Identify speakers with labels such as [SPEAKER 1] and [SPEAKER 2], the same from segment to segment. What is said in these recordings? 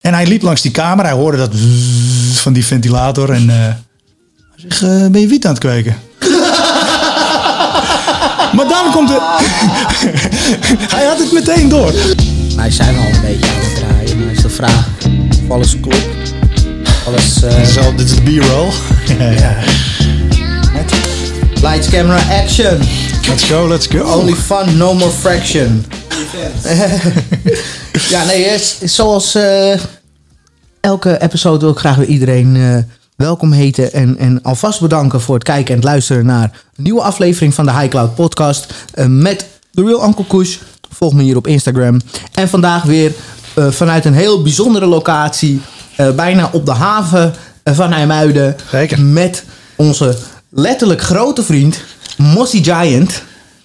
[SPEAKER 1] En hij liep langs die kamer. Hij hoorde dat van die ventilator. En hij zegt, ben je wiet aan het kweken? Maar dan komt het... Hij had het meteen door.
[SPEAKER 2] Wij zijn al een beetje aan het draaien, maar is de vraag of alles klopt. Alles...
[SPEAKER 1] Dit is de B-roll. Ja.
[SPEAKER 2] Lights, camera, action.
[SPEAKER 1] Let's go.
[SPEAKER 2] Only fun, no more fraction. Ja, nee, zoals elke episode wil ik graag weer iedereen welkom heten. En alvast bedanken voor het kijken en het luisteren naar een nieuwe aflevering van de High Cloud podcast. Met The Real Uncle Kush. Volg me hier op Instagram. En vandaag weer vanuit een heel bijzondere locatie. Bijna op de haven van IJmuiden.
[SPEAKER 1] Zeker.
[SPEAKER 2] Met onze letterlijk grote vriend Mossy Giant.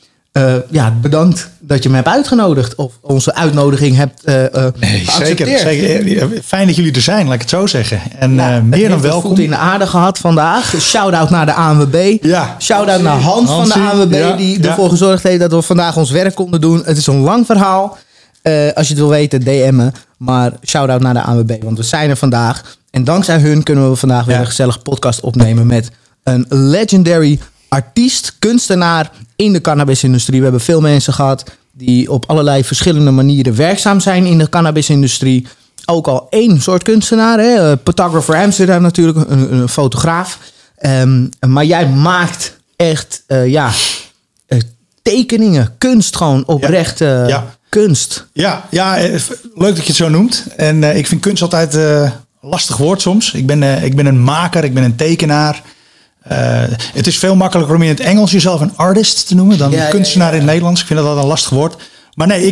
[SPEAKER 2] Bedankt dat je me hebt uitgenodigd. Of onze uitnodiging hebt geaccepteerd.
[SPEAKER 1] Zeker. Fijn dat jullie er zijn, laat ik het zo zeggen. En meer dan welkom.
[SPEAKER 2] Voet in de aarde gehad vandaag. Shout-out naar de ANWB.
[SPEAKER 1] Ja.
[SPEAKER 2] Shout-out naar Hans van de ANWB. Die ervoor gezorgd heeft dat we vandaag ons werk konden doen. Het is een lang verhaal. Als je het wil weten, DM'en. Maar shout-out naar de ANWB. Want we zijn er vandaag. En dankzij hun kunnen we vandaag weer een gezellige podcast opnemen. Met een legendary artiest, kunstenaar in de cannabisindustrie. We hebben veel mensen gehad die op allerlei verschillende manieren werkzaam zijn in de cannabisindustrie. Ook al één soort kunstenaar. Photographer Amsterdam natuurlijk, een fotograaf. Maar jij maakt echt tekeningen, kunst gewoon, oprecht kunst. Ja,
[SPEAKER 1] leuk dat je het zo noemt. En ik vind kunst altijd een lastig woord soms. Ik ben een maker, ik ben een tekenaar. Het is veel makkelijker om in het Engels jezelf een artist te noemen dan een kunstenaar in het Nederlands. Ik vind dat altijd een lastig woord. Maar nee,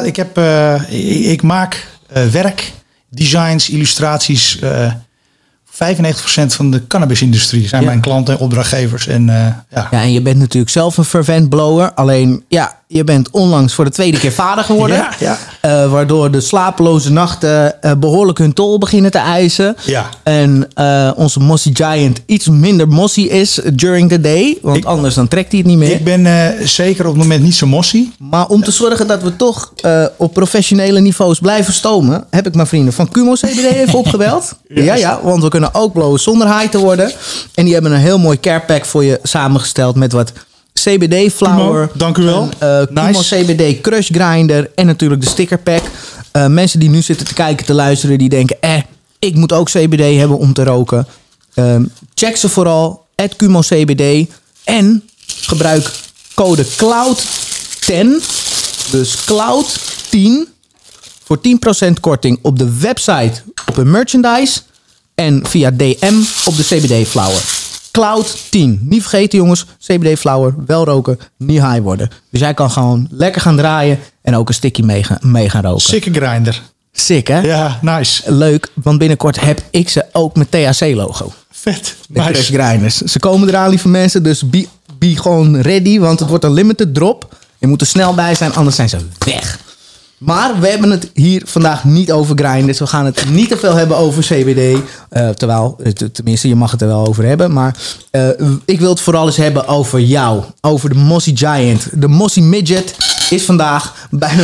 [SPEAKER 1] ik maak werk, designs, illustraties. 95% van de cannabisindustrie zijn mijn klanten en opdrachtgevers. En
[SPEAKER 2] je bent natuurlijk zelf een fervent blower. Alleen, je bent onlangs voor de tweede keer vader geworden. Waardoor de slapeloze nachten behoorlijk hun tol beginnen te eisen.
[SPEAKER 1] Ja.
[SPEAKER 2] En onze Mossy Giant iets minder mossy is during the day. Want anders dan trekt hij het niet meer.
[SPEAKER 1] Ik ben zeker op het moment niet zo mossy.
[SPEAKER 2] Maar om te zorgen dat we toch op professionele niveaus blijven stomen, heb ik mijn vrienden van Cumo CBD even opgebeld. Ja, want we kunnen ook blowen zonder high te worden. En die hebben een heel mooi care pack voor je samengesteld met wat CBD flower.
[SPEAKER 1] Dank u wel.
[SPEAKER 2] Cumo CBD crush grinder en natuurlijk de sticker pack. Mensen die nu zitten te kijken, te luisteren, die denken, ik moet ook CBD hebben om te roken. Check ze vooral, @Cumo CBD. En gebruik code CLOUD10. Dus CLOUD10 voor 10% korting op de website, op hun merchandise en via DM op de CBD flower. Cloud10. Niet vergeten jongens, CBD flower, wel roken, niet high worden. Dus jij kan gewoon lekker gaan draaien en ook een sticky mee gaan roken.
[SPEAKER 1] Sikke grinder.
[SPEAKER 2] Sick hè?
[SPEAKER 1] Ja, nice.
[SPEAKER 2] Leuk, want binnenkort heb ik ze ook met THC-logo.
[SPEAKER 1] Vet.
[SPEAKER 2] De Crush Grinders. Ze komen eraan, lieve mensen, dus be gewoon ready, want het wordt een limited drop. Je moet er snel bij zijn, anders zijn ze weg. Maar we hebben het hier vandaag niet over grinders. We gaan het niet te veel hebben over CBD. Tenminste, je mag het er wel over hebben. Maar ik wil het vooral eens hebben over jou. Over de Mossy Giant. De Mossy Midget is vandaag bij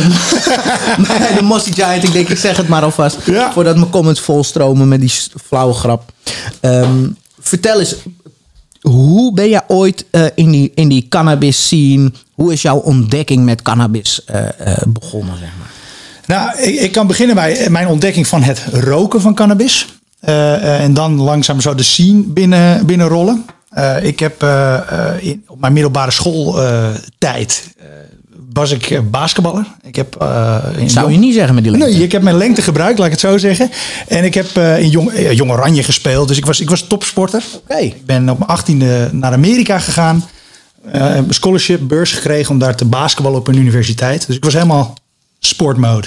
[SPEAKER 2] de Mossy Giant. Ik denk, ik zeg het maar alvast. Ja. Voordat mijn comments volstromen met die flauwe grap. Vertel eens, hoe ben jij ooit in die cannabis scene? Hoe is jouw ontdekking met cannabis begonnen, zeg maar?
[SPEAKER 1] Nou, ik kan beginnen bij mijn ontdekking van het roken van cannabis. En dan langzaam zo de scene binnenrollen. Ik heb op mijn middelbare schooltijd was ik basketballer. Ik heb,
[SPEAKER 2] zou je niet zeggen met die lengte?
[SPEAKER 1] Nee, ik heb mijn lengte gebruikt, laat ik het zo zeggen. En ik heb in Jong Oranje gespeeld. Dus ik was topsporter.
[SPEAKER 2] Okay.
[SPEAKER 1] Ik ben op mijn 18e naar Amerika gegaan. Een scholarship, beurs gekregen om daar te basketballen op een universiteit. Dus ik was helemaal sportmode.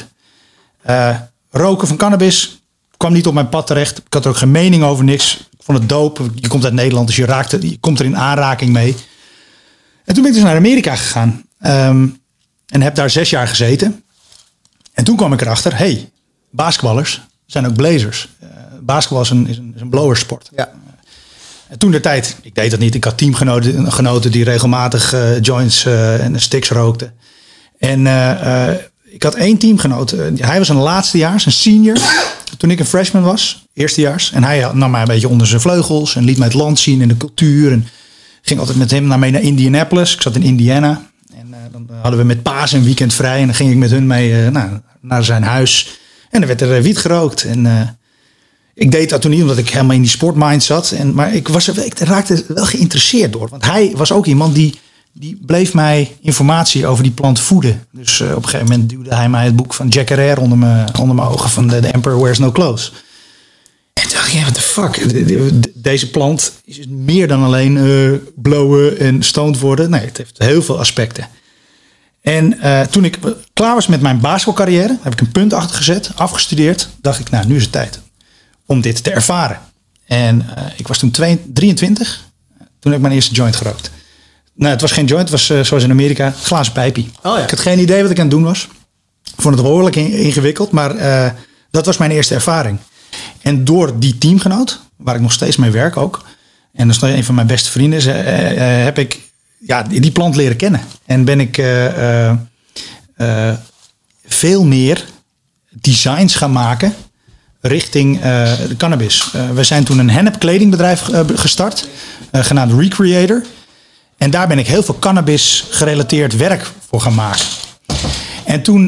[SPEAKER 1] Roken van cannabis kwam niet op mijn pad terecht. Ik had er ook geen mening over, niks. Ik vond het dope. Je komt uit Nederland, dus je komt er in aanraking mee. En toen ben ik dus naar Amerika gegaan. En heb daar 6 jaar gezeten. En toen kwam ik erachter, basketballers zijn ook blazers. Basketbal is een blowersport. Ja. En toen de tijd, ik deed dat niet. Ik had teamgenoten die regelmatig joints en sticks rookten. En ik had 1 teamgenoot. Hij was een laatstejaars, een senior. Toen ik een freshman was, eerstejaars. En hij nam mij een beetje onder zijn vleugels. En liet mij het land zien en de cultuur. En ging altijd met hem mee naar Indianapolis. Ik zat in Indiana. En dan hadden we met Paas een weekend vrij. En dan ging ik met hun mee naar zijn huis. En dan werd er wiet gerookt. En ik deed dat toen niet, omdat ik helemaal in die sportmind zat. Maar ik raakte wel geïnteresseerd door. Want hij was ook iemand die bleef mij informatie over die plant voeden. Dus op een gegeven moment duwde hij mij het boek van Jack Herrera onder mijn ogen van The Emperor Wears No Clothes. En toen dacht ik, what the fuck? Deze plant is meer dan alleen blowen en stoned worden. Nee, het heeft heel veel aspecten. En toen ik klaar was met mijn basketbalcarrière, heb ik een punt achter gezet, afgestudeerd. Dacht ik, nou, nu is het tijd om dit te ervaren. En ik was toen 23. Toen heb ik mijn eerste joint gerookt. Nou, het was geen joint, het was zoals in Amerika, glazen pijpie. Oh ja. Ik had geen idee wat ik aan het doen was. Ik vond het behoorlijk ingewikkeld, maar dat was mijn eerste ervaring. En door die teamgenoot, waar ik nog steeds mee werk ook, en dat is een van mijn beste vrienden, heb ik die plant leren kennen. En ben ik veel meer designs gaan maken richting de cannabis. We zijn toen een hennep kledingbedrijf gestart, genaamd Recreator. En daar ben ik heel veel cannabis gerelateerd werk voor gaan maken. En toen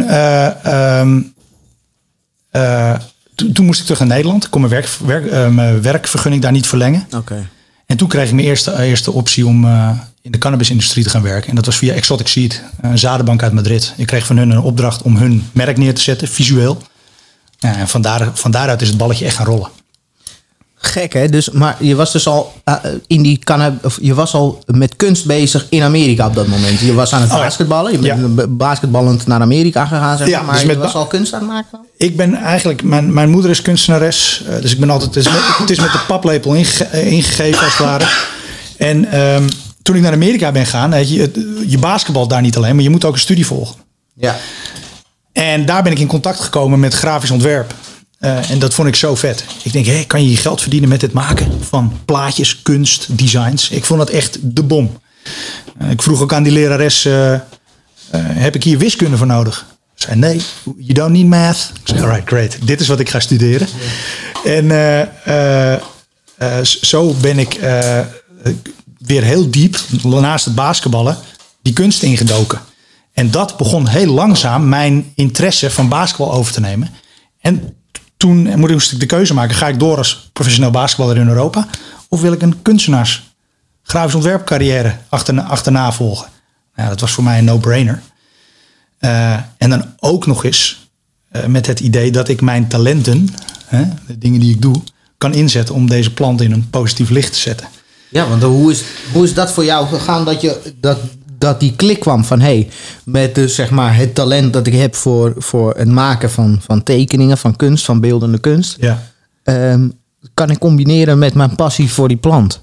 [SPEAKER 1] toen moest ik terug naar Nederland. Ik kon mijn werkvergunning daar niet verlengen.
[SPEAKER 2] Okay.
[SPEAKER 1] En toen kreeg ik mijn eerste optie om in de cannabisindustrie te gaan werken. En dat was via Exotic Seed, een zadenbank uit Madrid. Ik kreeg van hun een opdracht om hun merk neer te zetten, visueel. En van daaruit is het balletje echt gaan rollen.
[SPEAKER 2] Gek, hè? Dus, maar je was dus al je was al met kunst bezig in Amerika op dat moment. Je was aan het basketballen. Je bent basketballend naar Amerika gegaan, zeg maar. Maar dus je was al kunst aan het maken dan?
[SPEAKER 1] Ik ben eigenlijk... Mijn moeder is kunstenares. Dus ik ben altijd... Het is met de paplepel ingegeven als het ware. En toen ik naar Amerika ben gegaan... Je basketbalt daar niet alleen, maar je moet ook een studie volgen.
[SPEAKER 2] Ja.
[SPEAKER 1] En daar ben ik in contact gekomen met grafisch ontwerp. En dat vond ik zo vet. Ik denk, kan je geld verdienen met het maken van plaatjes, kunst, designs? Ik vond dat echt de bom. Ik vroeg ook aan die lerares, heb ik hier wiskunde voor nodig? Ze zei, nee, you don't need math. Ik zei, alright, great. Dit is wat ik ga studeren. Ja. En zo ben ik weer heel diep, naast het basketballen, die kunst ingedoken. En dat begon heel langzaam mijn interesse van basketbal over te nemen. En toen moest ik de keuze maken. Ga ik door als professioneel basketballer in Europa? Of wil ik een kunstenaars grafisch ontwerpcarrière achterna volgen? Nou, dat was voor mij een no-brainer. En dan ook nog eens met het idee dat ik mijn talenten, de dingen die ik doe, kan inzetten om deze plant in een positief licht te zetten.
[SPEAKER 2] Ja, want hoe is dat voor jou gegaan dat die klik kwam van met dus zeg maar het talent dat ik heb voor het maken van tekeningen, van kunst, van beeldende kunst. Ja. Kan ik combineren met mijn passie voor die plant?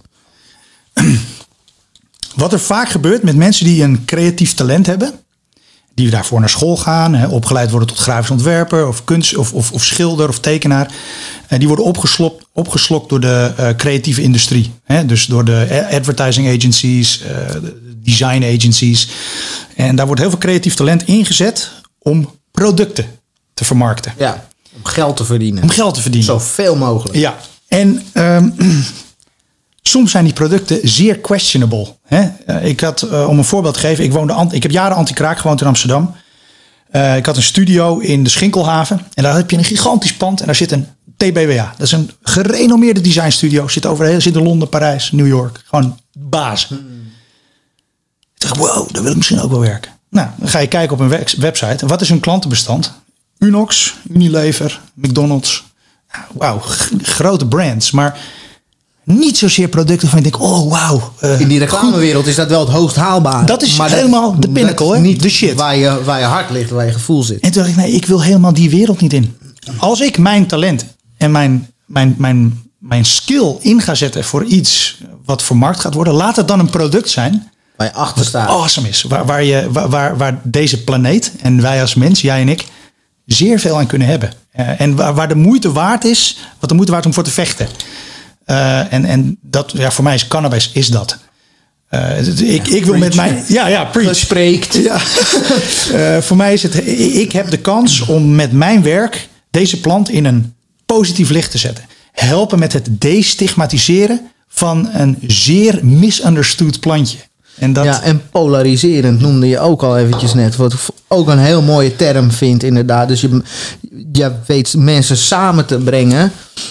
[SPEAKER 1] Wat er vaak gebeurt met mensen die een creatief talent hebben, die daarvoor naar school gaan, opgeleid worden tot grafisch ontwerper of kunst of schilder of tekenaar, die worden opgeslokt door de creatieve industrie. Dus door de advertising agencies, design agencies. En daar wordt heel veel creatief talent ingezet om producten te vermarkten.
[SPEAKER 2] Ja, om geld te verdienen. Zoveel mogelijk.
[SPEAKER 1] Ja, en soms zijn die producten zeer questionable. Ik had, om een voorbeeld te geven, ik heb jaren anti-kraak gewoond in Amsterdam. Ik had een studio in de Schinkelhaven. En daar heb je een gigantisch pand. En daar zit een TBWA. Dat is een gerenommeerde designstudio. Zit in Londen, Parijs, New York. Gewoon baas. Ik dacht, wow, daar wil ik misschien ook wel werken. Nou, dan ga je kijken op een website. Wat is hun klantenbestand? Unox, Unilever, McDonald's. Wauw, grote brands. Maar niet zozeer producten van ik denk, oh wauw.
[SPEAKER 2] In die reclamewereld is dat wel het hoogst haalbaar.
[SPEAKER 1] Dat is maar helemaal de pinnacle,
[SPEAKER 2] niet
[SPEAKER 1] de shit.
[SPEAKER 2] Waar je hart ligt, waar je gevoel zit.
[SPEAKER 1] En toen dacht ik, nee, ik wil helemaal die wereld niet in. Als ik mijn talent en mijn skill in ga zetten voor iets wat vermarkt gaat worden, laat het dan een product zijn
[SPEAKER 2] waar je achter staat.
[SPEAKER 1] Awesome is. Waar deze planeet en wij als mens, jij en ik, zeer veel aan kunnen hebben. En waar de moeite waard is, om voor te vechten. En dat, voor mij is cannabis is dat. Ik wil met mijn... Ja, preach.
[SPEAKER 2] Gespreekt.
[SPEAKER 1] Ja. Voor mij is het... Ik heb de kans om met mijn werk deze plant in een positief licht te zetten. Helpen met het destigmatiseren van een zeer misunderstood plantje.
[SPEAKER 2] En polariserend noemde je ook al eventjes net. Wat ik ook een heel mooie term vind inderdaad. Dus je weet mensen samen te brengen...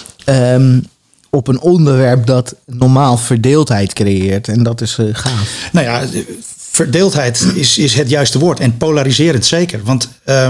[SPEAKER 2] op een onderwerp dat normaal verdeeldheid creëert. En dat is gaaf.
[SPEAKER 1] Nou ja, verdeeldheid is het juiste woord. En polariserend zeker. Want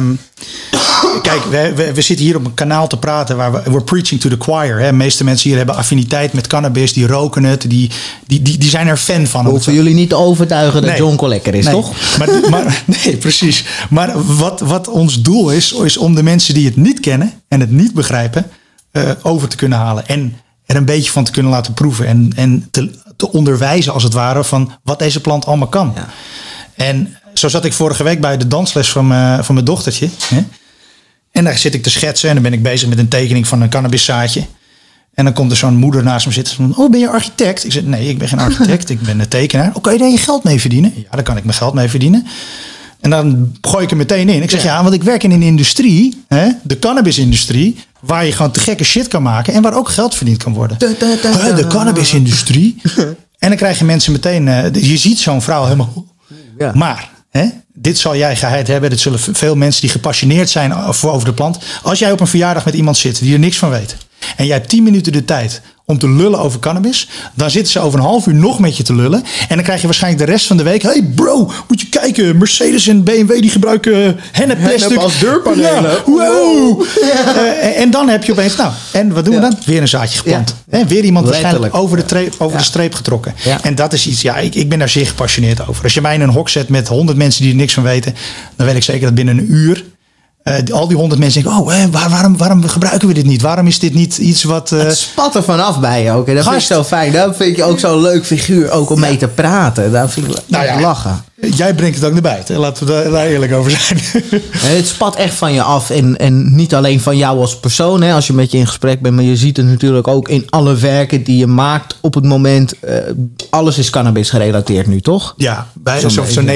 [SPEAKER 1] kijk, we zitten hier op een kanaal te praten waar we're preaching to the choir. Hè. De meeste mensen hier hebben affiniteit met cannabis. Die roken het. Die zijn er fan van.
[SPEAKER 2] Hoeven jullie niet te overtuigen dat Jonko lekker is, toch?
[SPEAKER 1] Maar, nee, precies. Maar wat ons doel is om de mensen die het niet kennen en het niet begrijpen, over te kunnen halen. En er een beetje van te kunnen laten proeven. En te onderwijzen als het ware van wat deze plant allemaal kan. Ja. En zo zat ik vorige week bij de dansles van mijn dochtertje. Hè? En daar zit ik te schetsen. En dan ben ik bezig met een tekening van een cannabiszaadje. En dan komt er zo'n moeder naast me zitten. Van, oh, ben je architect? Ik zeg, nee, ik ben geen architect. Ik ben een tekenaar. Oh, kan je daar je geld mee verdienen? Ja, daar kan ik mijn geld mee verdienen. En dan gooi ik er meteen in. Ik zeg, ja, want ik werk in een industrie. Hè, de cannabisindustrie. Waar je gewoon te gekke shit kan maken. En waar ook geld verdiend kan worden. De cannabisindustrie. En dan krijg je mensen meteen... je ziet zo'n vrouw helemaal... Ja. Maar, dit zal jij geheid hebben. Dit zullen veel mensen die gepassioneerd zijn over de plant. Als jij op een verjaardag met iemand zit die er niks van weet. En jij hebt 10 minuten de tijd om te lullen over cannabis. Dan zitten ze over een half uur nog met je te lullen. En dan krijg je waarschijnlijk de rest van de week... Hey bro, moet je kijken. Mercedes en BMW die gebruiken hennepplastic
[SPEAKER 2] als deurpanelen.
[SPEAKER 1] Ja, wow. En dan heb je opeens... Nou, en wat doen we dan? Weer een zaadje geplant. Ja. Weer iemand waarschijnlijk over de streep getrokken. Ja. En dat is iets... Ja, ik ben daar zeer gepassioneerd over. Als je mij in een hok zet met 100 mensen die er niks van weten... dan weet ik zeker dat binnen een uur... al die 100 mensen denken, waarom gebruiken we dit niet? Waarom is dit niet iets wat...
[SPEAKER 2] Het spat er vanaf bij je ook. En dat vind ik zo fijn. Dat vind je ook zo'n leuk figuur ook om mee te praten. Daar vind ik lachen.
[SPEAKER 1] Jij brengt het ook naar buiten. Laten we daar eerlijk over zijn.
[SPEAKER 2] Het spat echt van je af. En niet alleen van jou als persoon. Hè, als je met je in gesprek bent. Maar je ziet het natuurlijk ook in alle werken die je maakt op het moment. Alles is cannabis gerelateerd nu, toch? Ja,
[SPEAKER 1] bij zo'n 90%. 90%.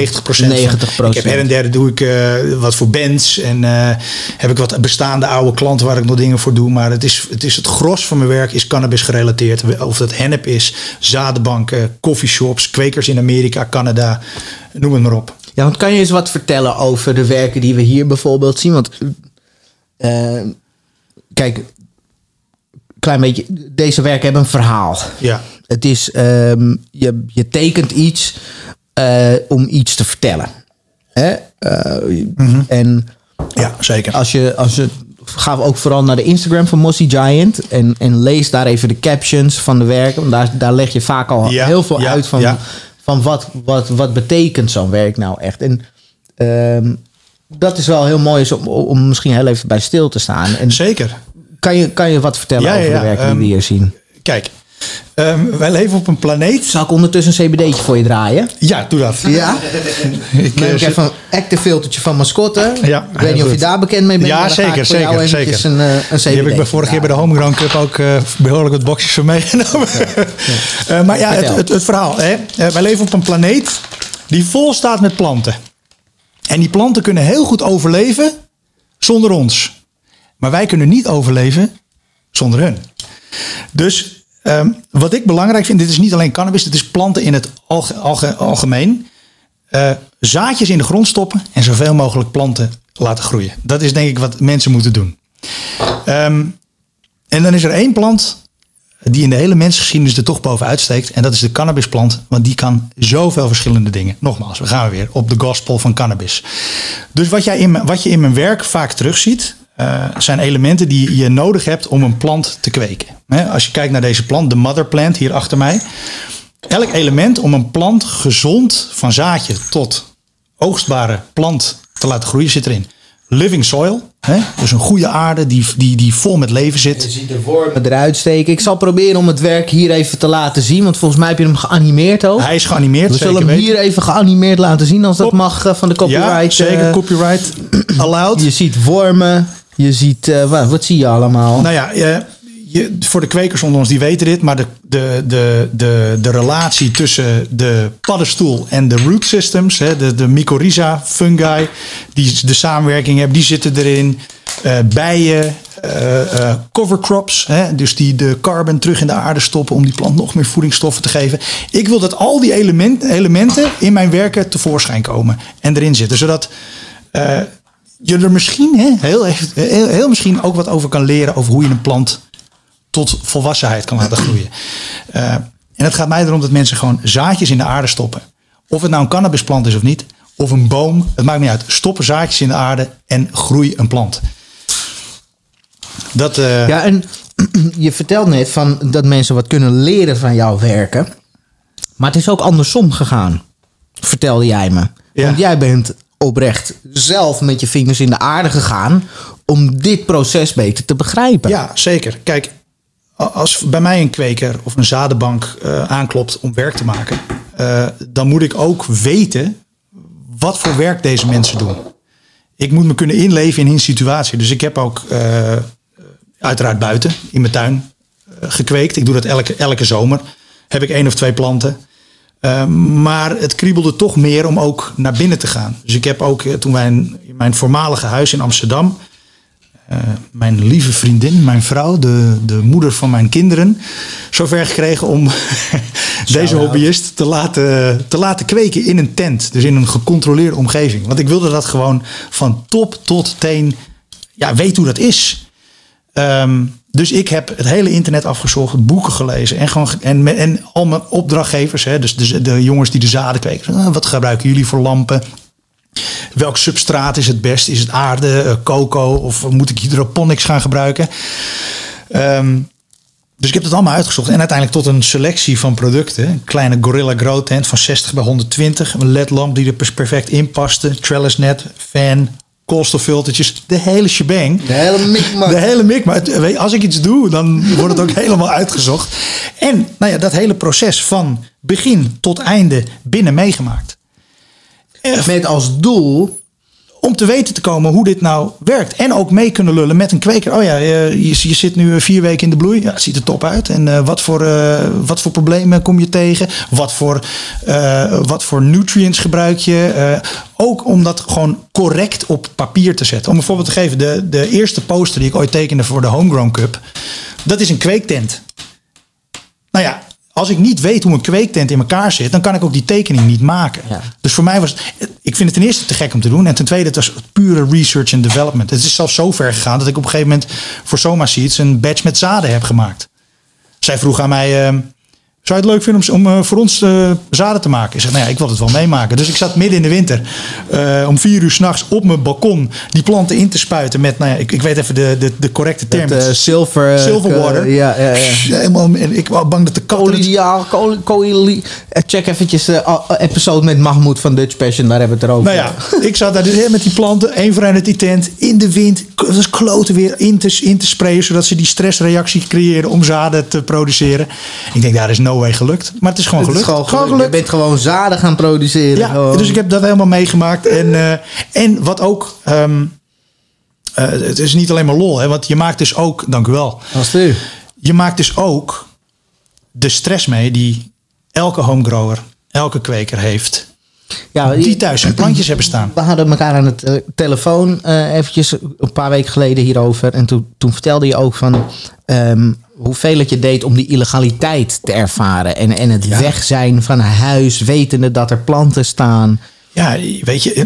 [SPEAKER 1] Ik heb her en der doe ik wat voor bands. En heb ik wat bestaande oude klanten waar ik nog dingen voor doe. Maar het is het gros van mijn werk is cannabis gerelateerd. Of dat hennep is, zadenbanken, coffeeshops, kwekers in Amerika, Canada... Noem het maar op.
[SPEAKER 2] Ja, want kan je eens wat vertellen over de werken die we hier bijvoorbeeld zien? Want kijk, klein beetje, deze werken hebben een verhaal. Ja. Het is, je tekent iets om iets te vertellen. Hè? En
[SPEAKER 1] ja, zeker.
[SPEAKER 2] Als je ga ook vooral naar de Instagram van Mossy Giant en lees daar even de captions van de werken. Want daar leg je vaak al heel veel uit van... Ja. Van wat betekent zo'n werk nou echt? En dat is wel heel mooi om misschien heel even bij stil te staan. En
[SPEAKER 1] zeker.
[SPEAKER 2] Kan je wat vertellen over de werken die we hier zien?
[SPEAKER 1] Kijk, wij leven op een planeet.
[SPEAKER 2] Zal ik ondertussen een CBD'tje voor je draaien?
[SPEAKER 1] Ja, doe dat.
[SPEAKER 2] Ja? Ik neem even een active filtertje van Mascotte. Ja, ik weet niet of je daar bekend mee bent.
[SPEAKER 1] Ja, zeker.
[SPEAKER 2] Een CBD.
[SPEAKER 1] Die heb ik vorige keer bij de Homegrown Cup ook behoorlijk wat boxjes van meegenomen. Ja. Maar ja, het verhaal. Hè? Wij leven op een planeet die vol staat met planten. En die planten kunnen heel goed overleven zonder ons. Maar wij kunnen niet overleven zonder hun. Dus wat ik belangrijk vind, dit is niet alleen cannabis, dit is planten in het algemeen. Zaadjes in de grond stoppen en zoveel mogelijk planten laten groeien. Dat is denk ik wat mensen moeten doen. En dan is er één plant die in de hele mensgeschiedenis er toch bovenuit steekt. En dat is de cannabisplant, want die kan zoveel verschillende dingen. Nogmaals, we gaan weer op de gospel van cannabis. Dus wat je in mijn werk vaak terugziet, zijn elementen die je nodig hebt om een plant te kweken. Als je kijkt naar deze plant, de mother plant hier achter mij. Elk element om een plant gezond van zaadje tot oogstbare plant te laten groeien zit erin. Living soil, dus een goede aarde die vol met leven zit.
[SPEAKER 2] Je ziet de wormen eruit steken. Ik zal proberen om het werk hier even te laten zien, want volgens mij heb je hem geanimeerd ook.
[SPEAKER 1] Hij is geanimeerd.
[SPEAKER 2] We zullen hem hier even geanimeerd laten zien als dat mag van de copyright.
[SPEAKER 1] Ja, zeker. Copyright allowed.
[SPEAKER 2] Je ziet wormen. Je ziet, wat zie je allemaal?
[SPEAKER 1] Nou ja, voor de kwekers onder ons, die weten dit, maar de relatie tussen de paddenstoel en de root systems, de mycorrhiza, fungi, die de samenwerking hebben, die zitten erin. Bijen, cover crops, dus die de carbon terug in de aarde stoppen om die plant nog meer voedingsstoffen te geven. Ik wil dat al die elementen in mijn werken tevoorschijn komen en erin zitten, zodat je er misschien heel misschien ook wat over kan leren over hoe je een plant tot volwassenheid kan laten groeien. En het gaat mij erom dat mensen gewoon zaadjes in de aarde stoppen. Of het nou een cannabisplant is of niet, of een boom, het maakt niet uit. Stoppen zaadjes in de aarde en groei een plant.
[SPEAKER 2] Ja, en je vertelt net van dat mensen wat kunnen leren van jouw werken. Maar het is ook andersom gegaan, vertelde jij me.
[SPEAKER 1] Ja.
[SPEAKER 2] Want jij bent oprecht zelf met je vingers in de aarde gegaan om dit proces beter te begrijpen.
[SPEAKER 1] Ja, zeker. Kijk, als bij mij een kweker of een zadenbank aanklopt om werk te maken, dan moet ik ook weten wat voor werk deze mensen doen. Ik moet me kunnen inleven in hun situatie. Dus ik heb ook uiteraard buiten in mijn tuin gekweekt. Ik doe dat elke zomer. Heb ik 1 of 2 planten. Maar het kriebelde toch meer om ook naar binnen te gaan. Dus ik heb ook toen wij in mijn voormalige huis in Amsterdam, mijn lieve vriendin, mijn vrouw, de moeder van mijn kinderen, zover gekregen om deze hobbyist te laten kweken in een tent. Dus in een gecontroleerde omgeving. Want ik wilde dat gewoon van top tot teen weet hoe dat is. Dus ik heb het hele internet afgezocht, boeken gelezen en al mijn opdrachtgevers, dus de jongens die de zaden kweken. Wat gebruiken jullie voor lampen? Welk substraat is het best? Is het aarde, coco of moet ik hydroponics gaan gebruiken? Dus ik heb het allemaal uitgezocht en uiteindelijk tot een selectie van producten. Een kleine Gorilla Grow tent van 60 bij 120. Een LED-lamp die er perfect in paste. Trellis net, fan, koolstoffiltertjes. De hele shebang. De hele mikmak. Als ik iets doe, dan wordt het ook helemaal uitgezocht. En dat hele proces van begin tot einde binnen meegemaakt.
[SPEAKER 2] Met als doel
[SPEAKER 1] om te weten te komen hoe dit nou werkt. En ook mee kunnen lullen met een kweker. Oh ja, je zit nu 4 weken in de bloei. Ja, het ziet er top uit. En wat voor problemen kom je tegen? Wat voor nutrients gebruik je? Ook om dat gewoon correct op papier te zetten. Om een voorbeeld te geven. De eerste poster die ik ooit tekende voor de Homegrown Cup. Dat is een kweektent. Nou ja, als ik niet weet hoe een kweektent in elkaar zit, dan kan ik ook die tekening niet maken. Ja. Dus voor mij was ik vind het ten eerste te gek om te doen. En ten tweede, het was pure research and development. Het is zelfs zo ver gegaan dat ik op een gegeven moment voor Soma Seeds een badge met zaden heb gemaakt. Zij vroeg aan mij, zou je het leuk vinden om voor ons zaden te maken? Ik zeg, ik wil het wel meemaken. Dus ik zat midden in de winter om 4 uur 's nachts op mijn balkon die planten in te spuiten met, ik weet even de correcte term. Silver water.
[SPEAKER 2] Ja.
[SPEAKER 1] Helemaal, en ik was bang dat de katten...
[SPEAKER 2] Check eventjes de episode met Mahmoud van Dutch Passion, daar hebben we het erover.
[SPEAKER 1] Ik zat daar dus met die planten, één voor één uit die tent, in de wind, dat was kloten weer in te sprayen, zodat ze die stressreactie creëren om zaden te produceren. Ik denk, daar is no way gelukt. Maar het is gewoon gelukt.
[SPEAKER 2] Je bent gewoon zaden gaan produceren.
[SPEAKER 1] Ja, dus ik heb dat helemaal meegemaakt. En wat ook... het is niet alleen maar lol. Hè, want je maakt dus ook... Dank u wel. Je maakt dus ook de stress mee die elke homegrower, elke kweker heeft. Ja, die thuis hun plantjes hebben staan.
[SPEAKER 2] We hadden elkaar aan de telefoon eventjes een paar weken geleden hierover. En toen vertelde je ook van hoeveel het je deed om die illegaliteit te ervaren. En het weg zijn van huis, wetende dat er planten staan. Ja, weet je,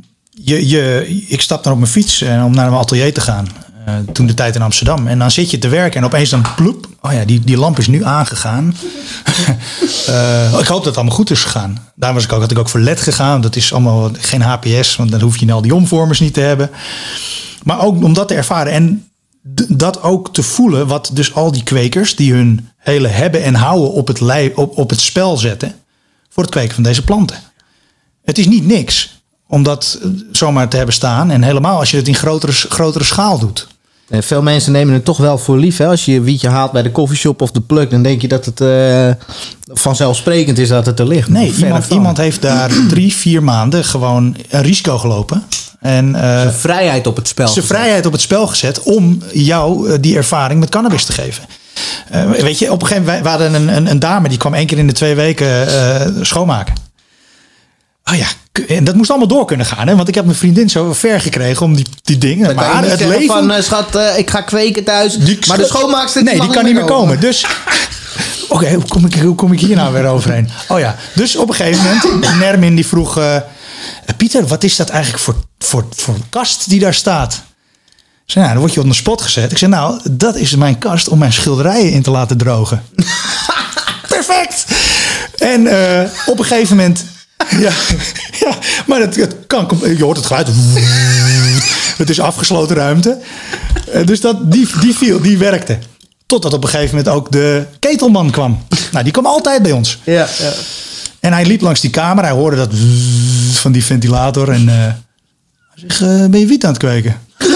[SPEAKER 1] ik stap dan op mijn fiets om naar mijn atelier te gaan. Toen de tijd in Amsterdam. En dan zit je te werken en opeens dan ploep. Oh ja, die lamp is nu aangegaan. Ik hoop dat het allemaal goed is gegaan. Daar had ik ook voor LED gegaan. Dat is allemaal geen HPS. Want dan hoef je al die omvormers niet te hebben. Maar ook om dat te ervaren. En dat ook te voelen. Wat dus al die kwekers die hun hele hebben en houden op het spel zetten. Voor het kweken van deze planten. Het is niet niks om dat zomaar te hebben staan. En helemaal als je het in grotere schaal doet.
[SPEAKER 2] En veel mensen nemen het toch wel voor lief. Hè? Als je je wietje haalt bij de coffeeshop of de plug, dan denk je dat het vanzelfsprekend is dat het er ligt.
[SPEAKER 1] Nee, iemand heeft daar 3-4 maanden gewoon een risico gelopen. En
[SPEAKER 2] Zijn vrijheid op het spel.
[SPEAKER 1] zijn vrijheid op het spel gezet om jou die ervaring met cannabis te geven. Weet je, op een gegeven moment, we hadden een dame die kwam 1 keer in de 2 weken schoonmaken. Oh ja, en dat moest allemaal door kunnen gaan. Hè? Want ik heb mijn vriendin zo ver gekregen om die dingen.
[SPEAKER 2] Dan
[SPEAKER 1] Maar het leven
[SPEAKER 2] van, schat, ik ga kweken thuis. Maar de schoonmaakster
[SPEAKER 1] die kan niet meer komen. Dus oké, hoe kom ik hier nou weer overheen? Oh ja, dus op een gegeven moment, Nermin die vroeg... Pieter, wat is dat eigenlijk voor kast die daar staat? Ik zei, nou, dan word je op een spot gezet. Ik zei, nou, dat is mijn kast om mijn schilderijen in te laten drogen. Perfect! En op een gegeven moment... ja, maar het kan... Je hoort het geluid. Het is afgesloten ruimte. Dus die werkte. Totdat op een gegeven moment ook de ketelman kwam. Nou, die kwam altijd bij ons.
[SPEAKER 2] Ja.
[SPEAKER 1] En hij liep langs die kamer. Hij hoorde dat van die ventilator. En hij zegt, ben je wiet aan het kweken?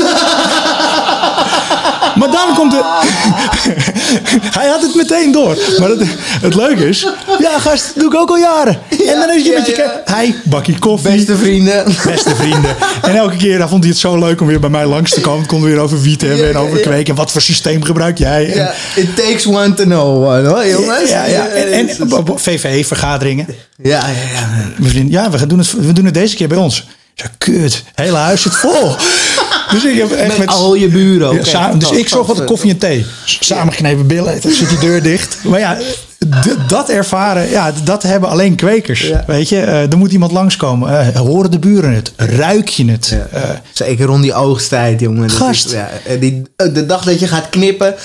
[SPEAKER 1] Maar dan komt hij had het meteen door. Maar het leuke is... Ja, gast, doe ik ook al jaren. En dan is je met je... Hij, bakje koffie.
[SPEAKER 2] Beste vrienden.
[SPEAKER 1] En elke keer vond hij het zo leuk om weer bij mij langs te komen. Konden we weer over wiet hebben en over kweken. En wat voor systeem gebruik jij?
[SPEAKER 2] Ja, it takes one to know one, hoor, jongens.
[SPEAKER 1] Ja. En VVE-vergaderingen.
[SPEAKER 2] Ja.
[SPEAKER 1] Mijn vriend, ja, we doen het deze keer bij ons. Ik zei, kut, het hele huis zit vol. Dus ik heb echt met
[SPEAKER 2] al je buren.
[SPEAKER 1] Dus ik zorg wat koffie en thee. Samengeknepen billen, dan zit die deur dicht. Maar ja, dat ervaren, ja, dat hebben alleen kwekers. Ja. Weet je, er moet iemand langskomen. Horen de buren het? Ruik je het?
[SPEAKER 2] Ja. Zeker rond die oogsttijd, jongen.
[SPEAKER 1] Gast.
[SPEAKER 2] De dag dat je gaat knippen.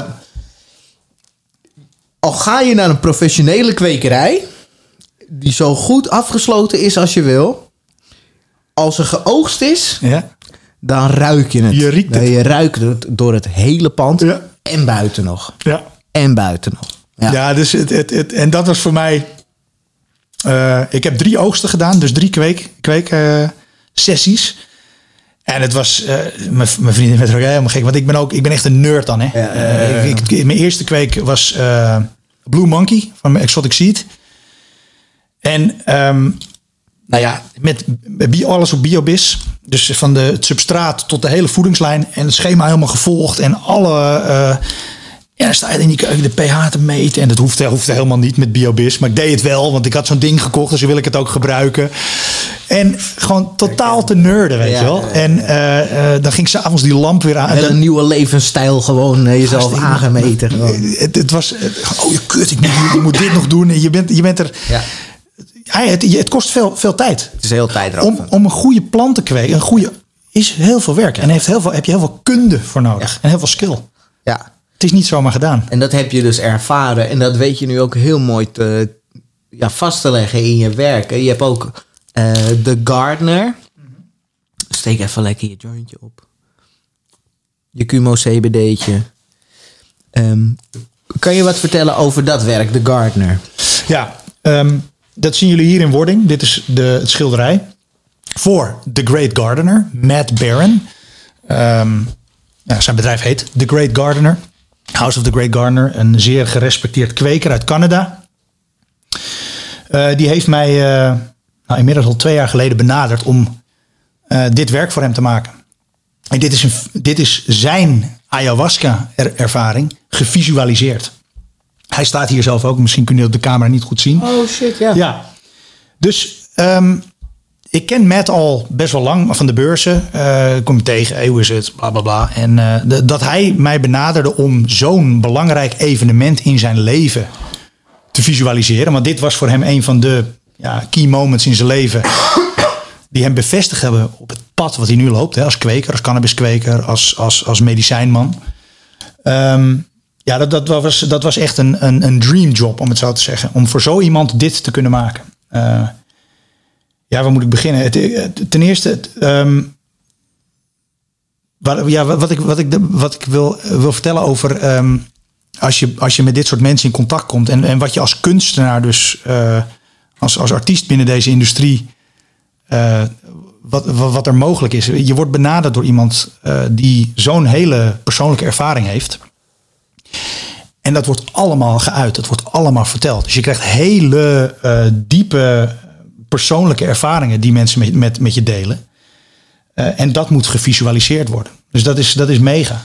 [SPEAKER 2] Al ga je naar een professionele kwekerij, die zo goed afgesloten is als je wil. Als er geoogst is, dan ruik je het.
[SPEAKER 1] Je riekt het.
[SPEAKER 2] Je ruikt het door het hele pand.
[SPEAKER 1] Ja.
[SPEAKER 2] En buiten nog.
[SPEAKER 1] Ja.
[SPEAKER 2] En buiten nog.
[SPEAKER 1] Ja, dus en dat was voor mij... ik heb 3 oogsten gedaan. Dus 3 kweeksessies. En het was... mijn vriendin werd er ook helemaal gek. Want ik ben echt een nerd dan. Hè? Mijn eerste kweek was Blue Monkey van Exotic Seed. En... nou ja, met alles op biobis. Dus van het substraat tot de hele voedingslijn. En het schema helemaal gevolgd. En alle... dan sta je in die keuken de pH te meten. En dat hoeft helemaal niet met biobis. Maar ik deed het wel, want ik had zo'n ding gekocht. Dus dan wil ik het ook gebruiken. En gewoon totaal te nerden, weet je wel. En dan ging 's avonds die lamp weer aan.
[SPEAKER 2] Een nieuwe levensstijl gewoon jezelf aangemeten.
[SPEAKER 1] Het was... oh, je kut, ik moet dit nog doen. En je bent er... Ja. Het kost veel tijd.
[SPEAKER 2] Het is heel tijdrovend.
[SPEAKER 1] Om een goede plant te kweken. Is heel veel werk. En heb je heel veel kunde voor nodig. Ja. En heel veel skill.
[SPEAKER 2] Ja.
[SPEAKER 1] Het is niet zomaar gedaan.
[SPEAKER 2] En dat heb je dus ervaren. En dat weet je nu ook heel mooi vast te leggen in je werk. Je hebt ook de Gardener. Steek even lekker je jointje op. Je Cumo CBD'tje. Kan je wat vertellen over dat werk, de Gardener?
[SPEAKER 1] Ja, dat zien jullie hier in wording. Dit is het schilderij voor The Great Gardener, Matt Barron. Zijn bedrijf heet The Great Gardener. House of the Great Gardener. Een zeer gerespecteerd kweker uit Canada. Die heeft mij inmiddels al 2 jaar geleden benaderd om dit werk voor hem te maken. En dit is zijn ayahuasca-ervaring gevisualiseerd. Hij staat hier zelf ook. Misschien kun je op de camera niet goed zien.
[SPEAKER 2] Oh shit, ja.
[SPEAKER 1] Ja. Dus ik ken Matt al best wel lang van de beurzen. Kom je tegen, hoe is het, bla bla bla. En dat hij mij benaderde om zo'n belangrijk evenement in zijn leven te visualiseren. Want dit was voor hem een van de key moments in zijn leven. Die hem bevestigd hebben op het pad wat hij nu loopt. Hè, als kweker, als cannabiskweker, als medicijnman. Dat was echt een dream job, om het zo te zeggen. Om voor zo iemand dit te kunnen maken. Waar moet ik beginnen? Ten eerste, wat ik wil vertellen over... Als je met dit soort mensen in contact komt... en wat je als kunstenaar dus... als artiest binnen deze industrie... wat er mogelijk is. Je wordt benaderd door iemand... die zo'n hele persoonlijke ervaring heeft... En dat wordt allemaal geuit. Dat wordt allemaal verteld. Dus je krijgt hele diepe persoonlijke ervaringen die mensen met je delen. En dat moet gevisualiseerd worden. Dus dat is mega.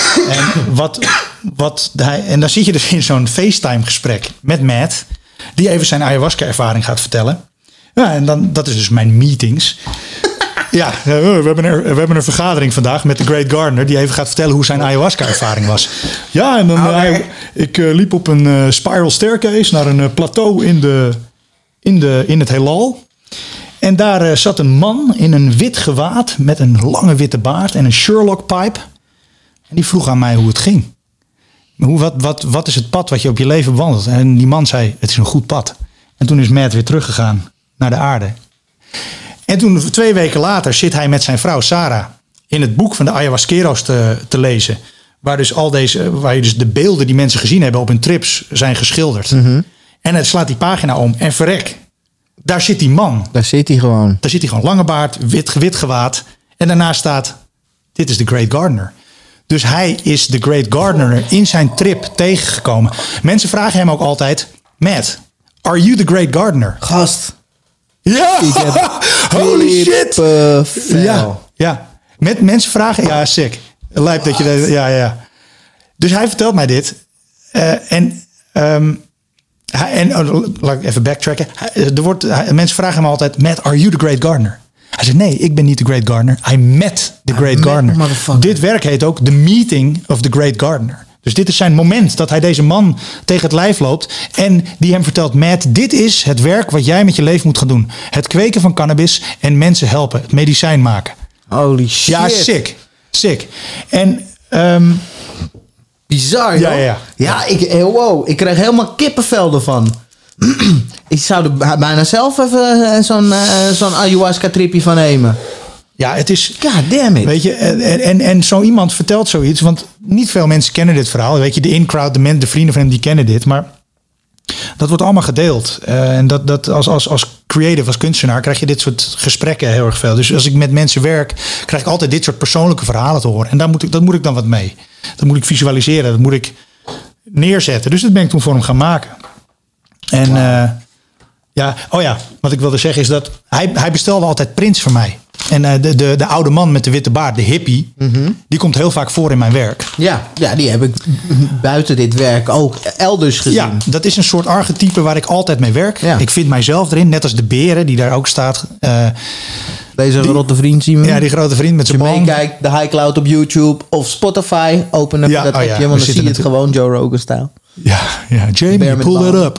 [SPEAKER 1] En dan zit je dus in zo'n FaceTime gesprek met Matt, die even zijn ayahuasca ervaring gaat vertellen. Ja, en dat is dus mijn meetings. Ja, we hebben een vergadering vandaag met de Great Gardener, die even gaat vertellen hoe zijn ayahuasca ervaring was. Ja, en dan ik liep op een spiral staircase naar een plateau in het heelal. En daar zat een man in een wit gewaad met een lange witte baard en een Sherlock pipe. En die vroeg aan mij hoe het ging. Wat is het pad wat je op je leven wandelt? En die man zei, het is een goed pad. En toen is Matt weer teruggegaan naar de aarde. En toen 2 weken later zit hij met zijn vrouw Sarah in het boek van de ayahuasqueros te lezen. Waar je dus de beelden die mensen gezien hebben op hun trips zijn geschilderd. Mm-hmm. En hij slaat die pagina om en verrek. Daar zit die man.
[SPEAKER 2] Daar zit hij gewoon.
[SPEAKER 1] Lange baard, wit gewaad. En daarnaast staat, dit is de Great Gardener. Dus hij is de Great Gardener in zijn trip tegengekomen. Mensen vragen hem ook altijd, Matt, are you the Great Gardener?
[SPEAKER 2] Gast.
[SPEAKER 1] Ja, holy shit. Ja. Mensen vragen, ja, sick. Lijp dat je, ja. Dus hij vertelt mij dit. Laat ik even backtracken. Mensen vragen hem altijd, Matt, are you the Great Gardener? Hij zegt, nee, ik ben niet de Great Gardener. I met the Great Gardener. Dit werk heet ook The Meeting of the Great Gardener. Dus dit is zijn moment dat hij deze man tegen het lijf loopt. En die hem vertelt, Matt, dit is het werk wat jij met je leven moet gaan doen. Het kweken van cannabis en mensen helpen. Het medicijn maken.
[SPEAKER 2] Holy shit.
[SPEAKER 1] Ja, sick. En
[SPEAKER 2] bizar, joh. Ja, ik kreeg helemaal kippenvel ervan. Ik zou er bijna zelf even zo'n ayahuasca-tripje van nemen.
[SPEAKER 1] Ja, het is...
[SPEAKER 2] God damn it.
[SPEAKER 1] Weet je, en zo iemand vertelt zoiets, want niet veel mensen kennen dit verhaal. Weet je, de in-crowd, de vrienden van hem, die kennen dit. Maar dat wordt allemaal gedeeld. En dat als creative, als kunstenaar, krijg je dit soort gesprekken heel erg veel. Dus als ik met mensen werk, krijg ik altijd dit soort persoonlijke verhalen te horen. En dat moet ik dan wat mee. Dat moet ik visualiseren, dat moet ik neerzetten. Dus dat ben ik toen voor hem gaan maken. En wat ik wilde zeggen is dat hij bestelde altijd prints voor mij. En de oude man met de witte baard, de hippie, die komt heel vaak voor in mijn werk.
[SPEAKER 2] Ja, die heb ik buiten dit werk ook elders gezien.
[SPEAKER 1] Ja, dat is een soort archetype waar ik altijd mee werk. Ja. Ik vind mijzelf erin, net als de beren die daar ook staat.
[SPEAKER 2] Deze grote vriend zien we.
[SPEAKER 1] Ja, die grote vriend met zijn man.
[SPEAKER 2] Als je meekijkt, de High Cloud op YouTube of Spotify, open even dat appje, want dan zie je het gewoon Joe Rogan-stijl.
[SPEAKER 1] Ja, Jamie, pull that up.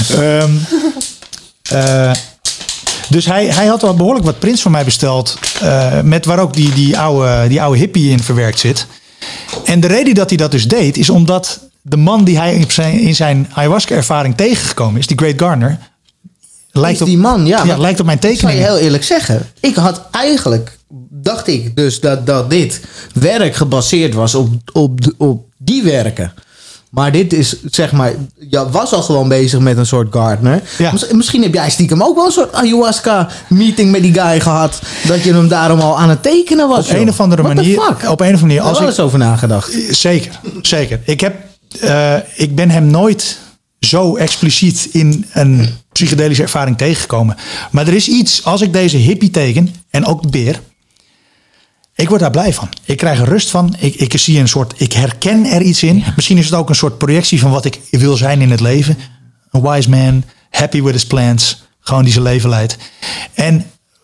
[SPEAKER 1] Ja. Dus hij had al behoorlijk wat prints van mij besteld. Met waar ook die oude hippie in verwerkt zit. En de reden dat hij dat dus deed, is omdat de man die hij in zijn ayahuasca-ervaring tegengekomen is, die Great Gardener, lijkt op mijn tekening.
[SPEAKER 2] Zou je heel eerlijk zeggen. Dacht ik dus dat dit werk gebaseerd was op die werken. Maar dit is, zeg maar, was al gewoon bezig met een soort gardener. Ja. Misschien heb jij stiekem ook wel een soort ayahuasca-meeting met die guy gehad. Dat je hem daarom al aan het tekenen was.
[SPEAKER 1] Op een of andere manier.
[SPEAKER 2] Als ik er eens over nagedacht.
[SPEAKER 1] Zeker. Ik ben hem nooit zo expliciet in een psychedelische ervaring tegengekomen. Maar er is iets, als ik deze hippie teken, en ook de beer, ik word daar blij van. Ik krijg er rust van. Ik zie een soort, ik herken er iets in. Ja. Misschien is het ook een soort projectie van wat ik wil zijn in het leven. Een wise man, happy with his plans. Gewoon die zijn leven leidt. En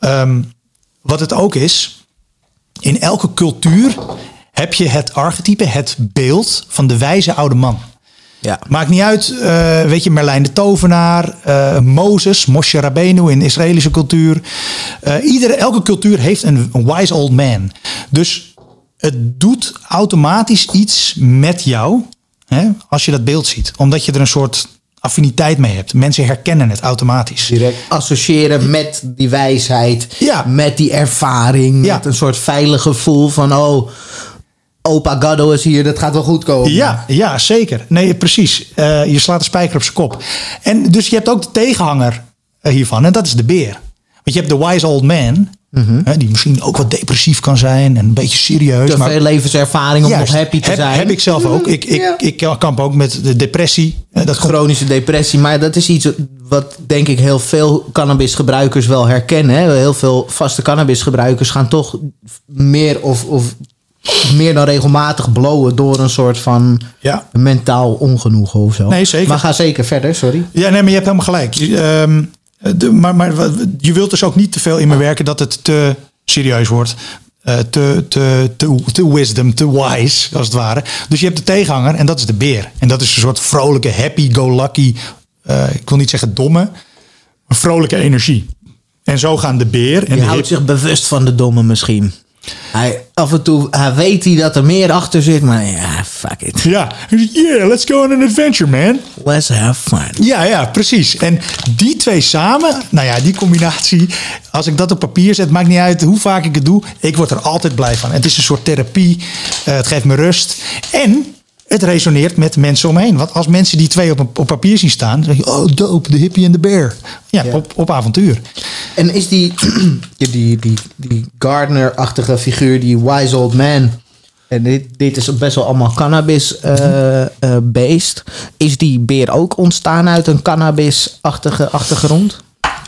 [SPEAKER 1] wat het ook is, in elke cultuur heb je het archetype, het beeld van de wijze oude man. Ja. Maakt niet uit, Merlijn de Tovenaar, Mozes, Moshe Rabbeinu in de Israëlische cultuur. Elke cultuur heeft een wise old man. Dus het doet automatisch iets met jou, als je dat beeld ziet. Omdat je er een soort affiniteit mee hebt. Mensen herkennen het automatisch.
[SPEAKER 2] Direct associëren met die wijsheid, met die ervaring, met een soort veilig gevoel van Opa Gaddo is hier, dat gaat wel goed komen.
[SPEAKER 1] Ja, zeker. Nee, precies. Je slaat de spijker op zijn kop. En dus je hebt ook de tegenhanger hiervan. En dat is de beer. Want je hebt de wise old man. Die misschien ook wat depressief kan zijn. En een beetje serieus.
[SPEAKER 2] Te veel levenservaring om nog happy te zijn.
[SPEAKER 1] Heb ik zelf ook. Ik kamp ook met de depressie.
[SPEAKER 2] Chronische depressie. Maar dat is iets wat denk ik heel veel cannabisgebruikers wel herkennen. Hè? Heel veel vaste cannabisgebruikers gaan toch meer of meer dan regelmatig blowen door een soort van mentaal ongenoegen of zo.
[SPEAKER 1] Nee, zeker.
[SPEAKER 2] Maar ga zeker verder, sorry.
[SPEAKER 1] Ja, nee, maar je hebt helemaal gelijk. Maar je wilt dus ook niet te veel in me werken dat het te serieus wordt. Te wisdom, te wise, als het ware. Dus je hebt de tegenhanger en dat is de beer. En dat is een soort vrolijke, happy-go-lucky, ik wil niet zeggen domme, maar vrolijke energie. En zo gaan de beer en
[SPEAKER 2] die houdt zich bewust van de domme misschien. Af en toe weet hij dat er meer achter zit, maar ja, fuck it.
[SPEAKER 1] Ja, yeah, let's go on an adventure, man.
[SPEAKER 2] Let's have fun.
[SPEAKER 1] Ja, precies. En die twee samen, nou ja, die combinatie, als ik dat op papier zet, maakt niet uit hoe vaak ik het doe. Ik word er altijd blij van. Het is een soort therapie. Het geeft me rust. En het resoneert met mensen omheen. Want als mensen die twee op papier zien staan, dan zeg je, oh, dope, de hippie en de bear. Ja. Op avontuur.
[SPEAKER 2] En is die Gardner-achtige figuur, die wise old man, en dit is best wel allemaal cannabis-based. Is die beer ook ontstaan uit een cannabis-achtige achtergrond?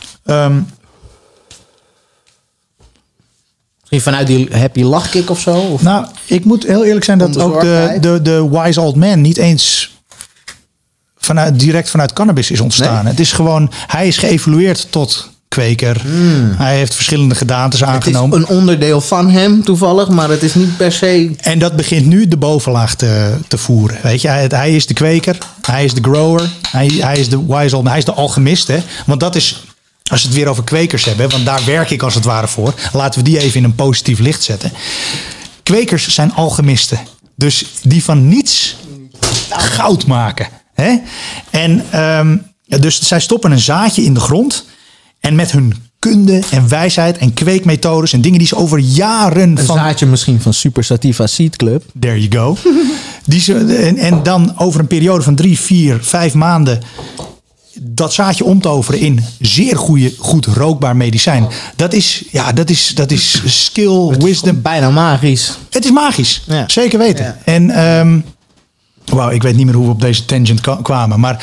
[SPEAKER 2] Misschien vanuit die happy lachkick of zo? Of?
[SPEAKER 1] Nou, ik moet heel eerlijk zijn dat ook de wise old man niet eens direct vanuit cannabis is ontstaan. Nee? Het is gewoon, hij is geëvolueerd tot kweker. Hij heeft verschillende gedaantes aangenomen.
[SPEAKER 2] Het is een onderdeel van hem toevallig, maar het is niet per se.
[SPEAKER 1] En dat begint nu de bovenlaag te voeren. Weet je, hij is de kweker, hij is de grower, hij is de wise old man, hij is de alchemist. Hè? Want dat is, als we het weer over kwekers hebben, want daar werk ik als het ware voor. Laten we die even in een positief licht zetten. Kwekers zijn alchemisten. Dus die van niets goud maken. Hè? En dus zij stoppen een zaadje in de grond. En met hun kunde en wijsheid en kweekmethodes en dingen die ze over jaren
[SPEAKER 2] een zaadje misschien van Super Sativa Seed Club.
[SPEAKER 1] There you go. En dan over een periode van 3, 4, 5 maanden dat zaadje omtoveren in zeer goed rookbaar medicijn. Dat is skill, wisdom.
[SPEAKER 2] Bijna magisch.
[SPEAKER 1] Het is magisch. Ja. Zeker weten. Ja. En wauw, ik weet niet meer hoe we op deze tangent kwamen. Maar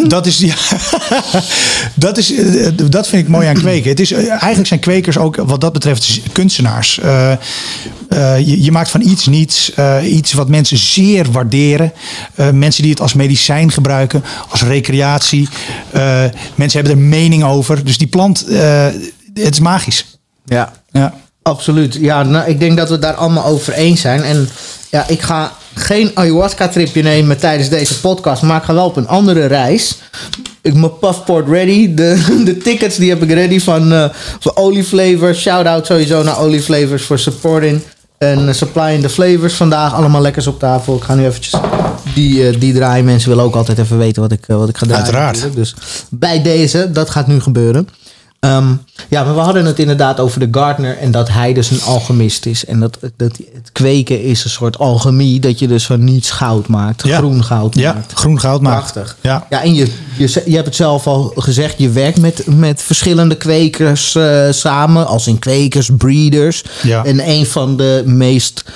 [SPEAKER 1] dat vind ik mooi aan kweken. Het is, eigenlijk zijn kwekers ook wat dat betreft kunstenaars. Je maakt van iets niets. Iets wat mensen zeer waarderen. Mensen die het als medicijn gebruiken. Als recreatie. Mensen hebben er mening over. Dus die plant, het is magisch.
[SPEAKER 2] Ja. Absoluut. Ja, nou, ik denk dat we het daar allemaal over eens zijn. En ja, ik ga geen ayahuasca-tripje nemen tijdens deze podcast, maar ik ga wel op een andere reis. Ik heb mijn passport ready. De tickets die heb ik ready van Oliflavors. Shout-out sowieso naar Oliflavors voor supporting en supplying the flavors vandaag. Allemaal lekkers op tafel. Ik ga nu eventjes die draaien. Mensen willen ook altijd even weten wat ik ga draaien.
[SPEAKER 1] Uiteraard.
[SPEAKER 2] Natuurlijk. Dus bij deze, dat gaat nu gebeuren. Ja, maar we hadden het inderdaad over de Gardner en dat hij dus een alchemist is. En dat het kweken is een soort alchemie, dat je dus van niets goud maakt. Ja. Groen goud maakt.
[SPEAKER 1] Ja, groen goud maakt.
[SPEAKER 2] Prachtig. Ja, en je hebt het zelf al gezegd, je werkt met verschillende kwekers samen, als in kwekers, breeders. Ja. En een van de meest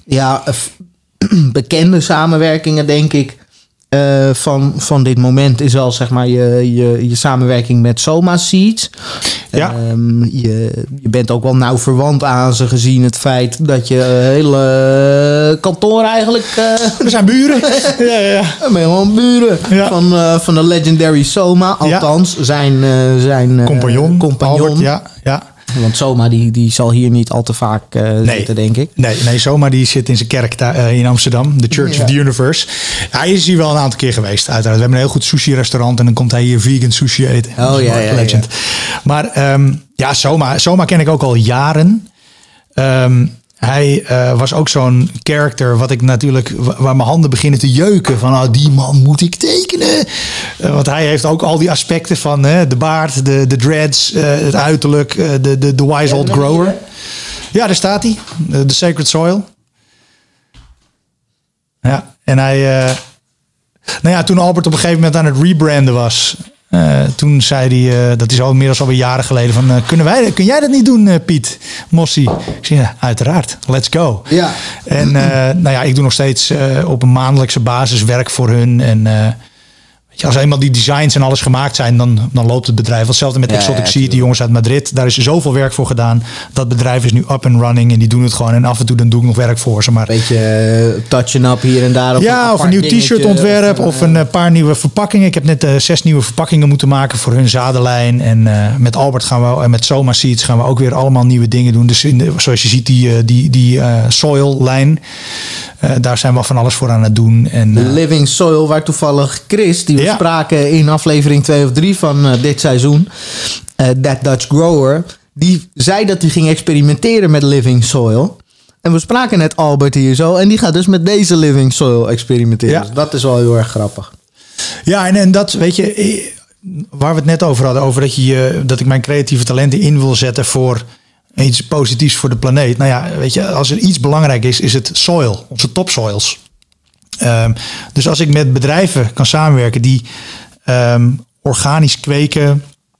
[SPEAKER 2] bekende samenwerkingen, denk ik, van dit moment is al zeg maar je samenwerking met Soma Seeds. Ja. Je bent ook wel nauw verwant aan ze, gezien het feit dat je hele kantoor eigenlijk...
[SPEAKER 1] We zijn buren. ja.
[SPEAKER 2] We zijn gewoon buren van de legendary Soma. Althans, zijn compagnon.
[SPEAKER 1] Albert, ja.
[SPEAKER 2] Want Soma die zal hier niet al te vaak zitten, denk ik.
[SPEAKER 1] Nee, Soma die zit in zijn kerk in Amsterdam. The Church of the Universe. Hij is hier wel een aantal keer geweest, uiteraard. We hebben een heel goed sushi-restaurant en dan komt hij hier vegan sushi eten.
[SPEAKER 2] Oh ja.
[SPEAKER 1] Legend. Maar Soma ken ik ook al jaren. Hij was ook zo'n character wat ik natuurlijk, waar mijn handen beginnen te jeuken. Van die man moet ik tekenen. Want hij heeft ook al die aspecten van de baard, de dreads, het uiterlijk, de wise old grower. Ja, daar staat hij. The Sacred Soil. Ja, en hij... toen Albert op een gegeven moment aan het rebranden was... toen zei hij, dat is al inmiddels alweer jaren geleden, van kun jij dat niet doen, Piet Mossie? Ik zei, uiteraard, let's go.
[SPEAKER 2] Ja.
[SPEAKER 1] En ik doe nog steeds op een maandelijkse basis werk voor hun. En Als eenmaal die designs en alles gemaakt zijn, dan loopt het bedrijf. Hetzelfde met Exotic Seed, die jongens uit Madrid. Daar is zoveel werk voor gedaan. Dat bedrijf is nu up and running en die doen het gewoon. En af en toe dan doe ik nog werk voor ze. Maar
[SPEAKER 2] beetje touchen up hier en daar.
[SPEAKER 1] Of een nieuw t-shirt ontwerp of een paar nieuwe verpakkingen. Ik heb net 6 nieuwe verpakkingen moeten maken voor hun zadenlijn. En met Albert gaan we, en met Soma Seeds gaan we ook weer allemaal nieuwe dingen doen. Dus zoals je ziet, die soil lijn. Daar zijn we van alles voor aan het doen. En,
[SPEAKER 2] de Living Soil, waar toevallig Chris, die we spraken in aflevering 2 of 3 van dit seizoen, That Dutch Grower, die zei dat hij ging experimenteren met Living Soil. En we spraken net Albert hier zo, en die gaat dus met deze Living Soil experimenteren.
[SPEAKER 1] Ja.
[SPEAKER 2] Dus dat is wel heel erg grappig.
[SPEAKER 1] Ja, en dat, weet je, waar we het net over hadden, over dat ik mijn creatieve talenten in wil zetten voor iets positiefs voor de planeet. Nou ja, weet je, als er iets belangrijk is het soil, onze topsoils. Dus als ik met bedrijven kan samenwerken die organisch kweken,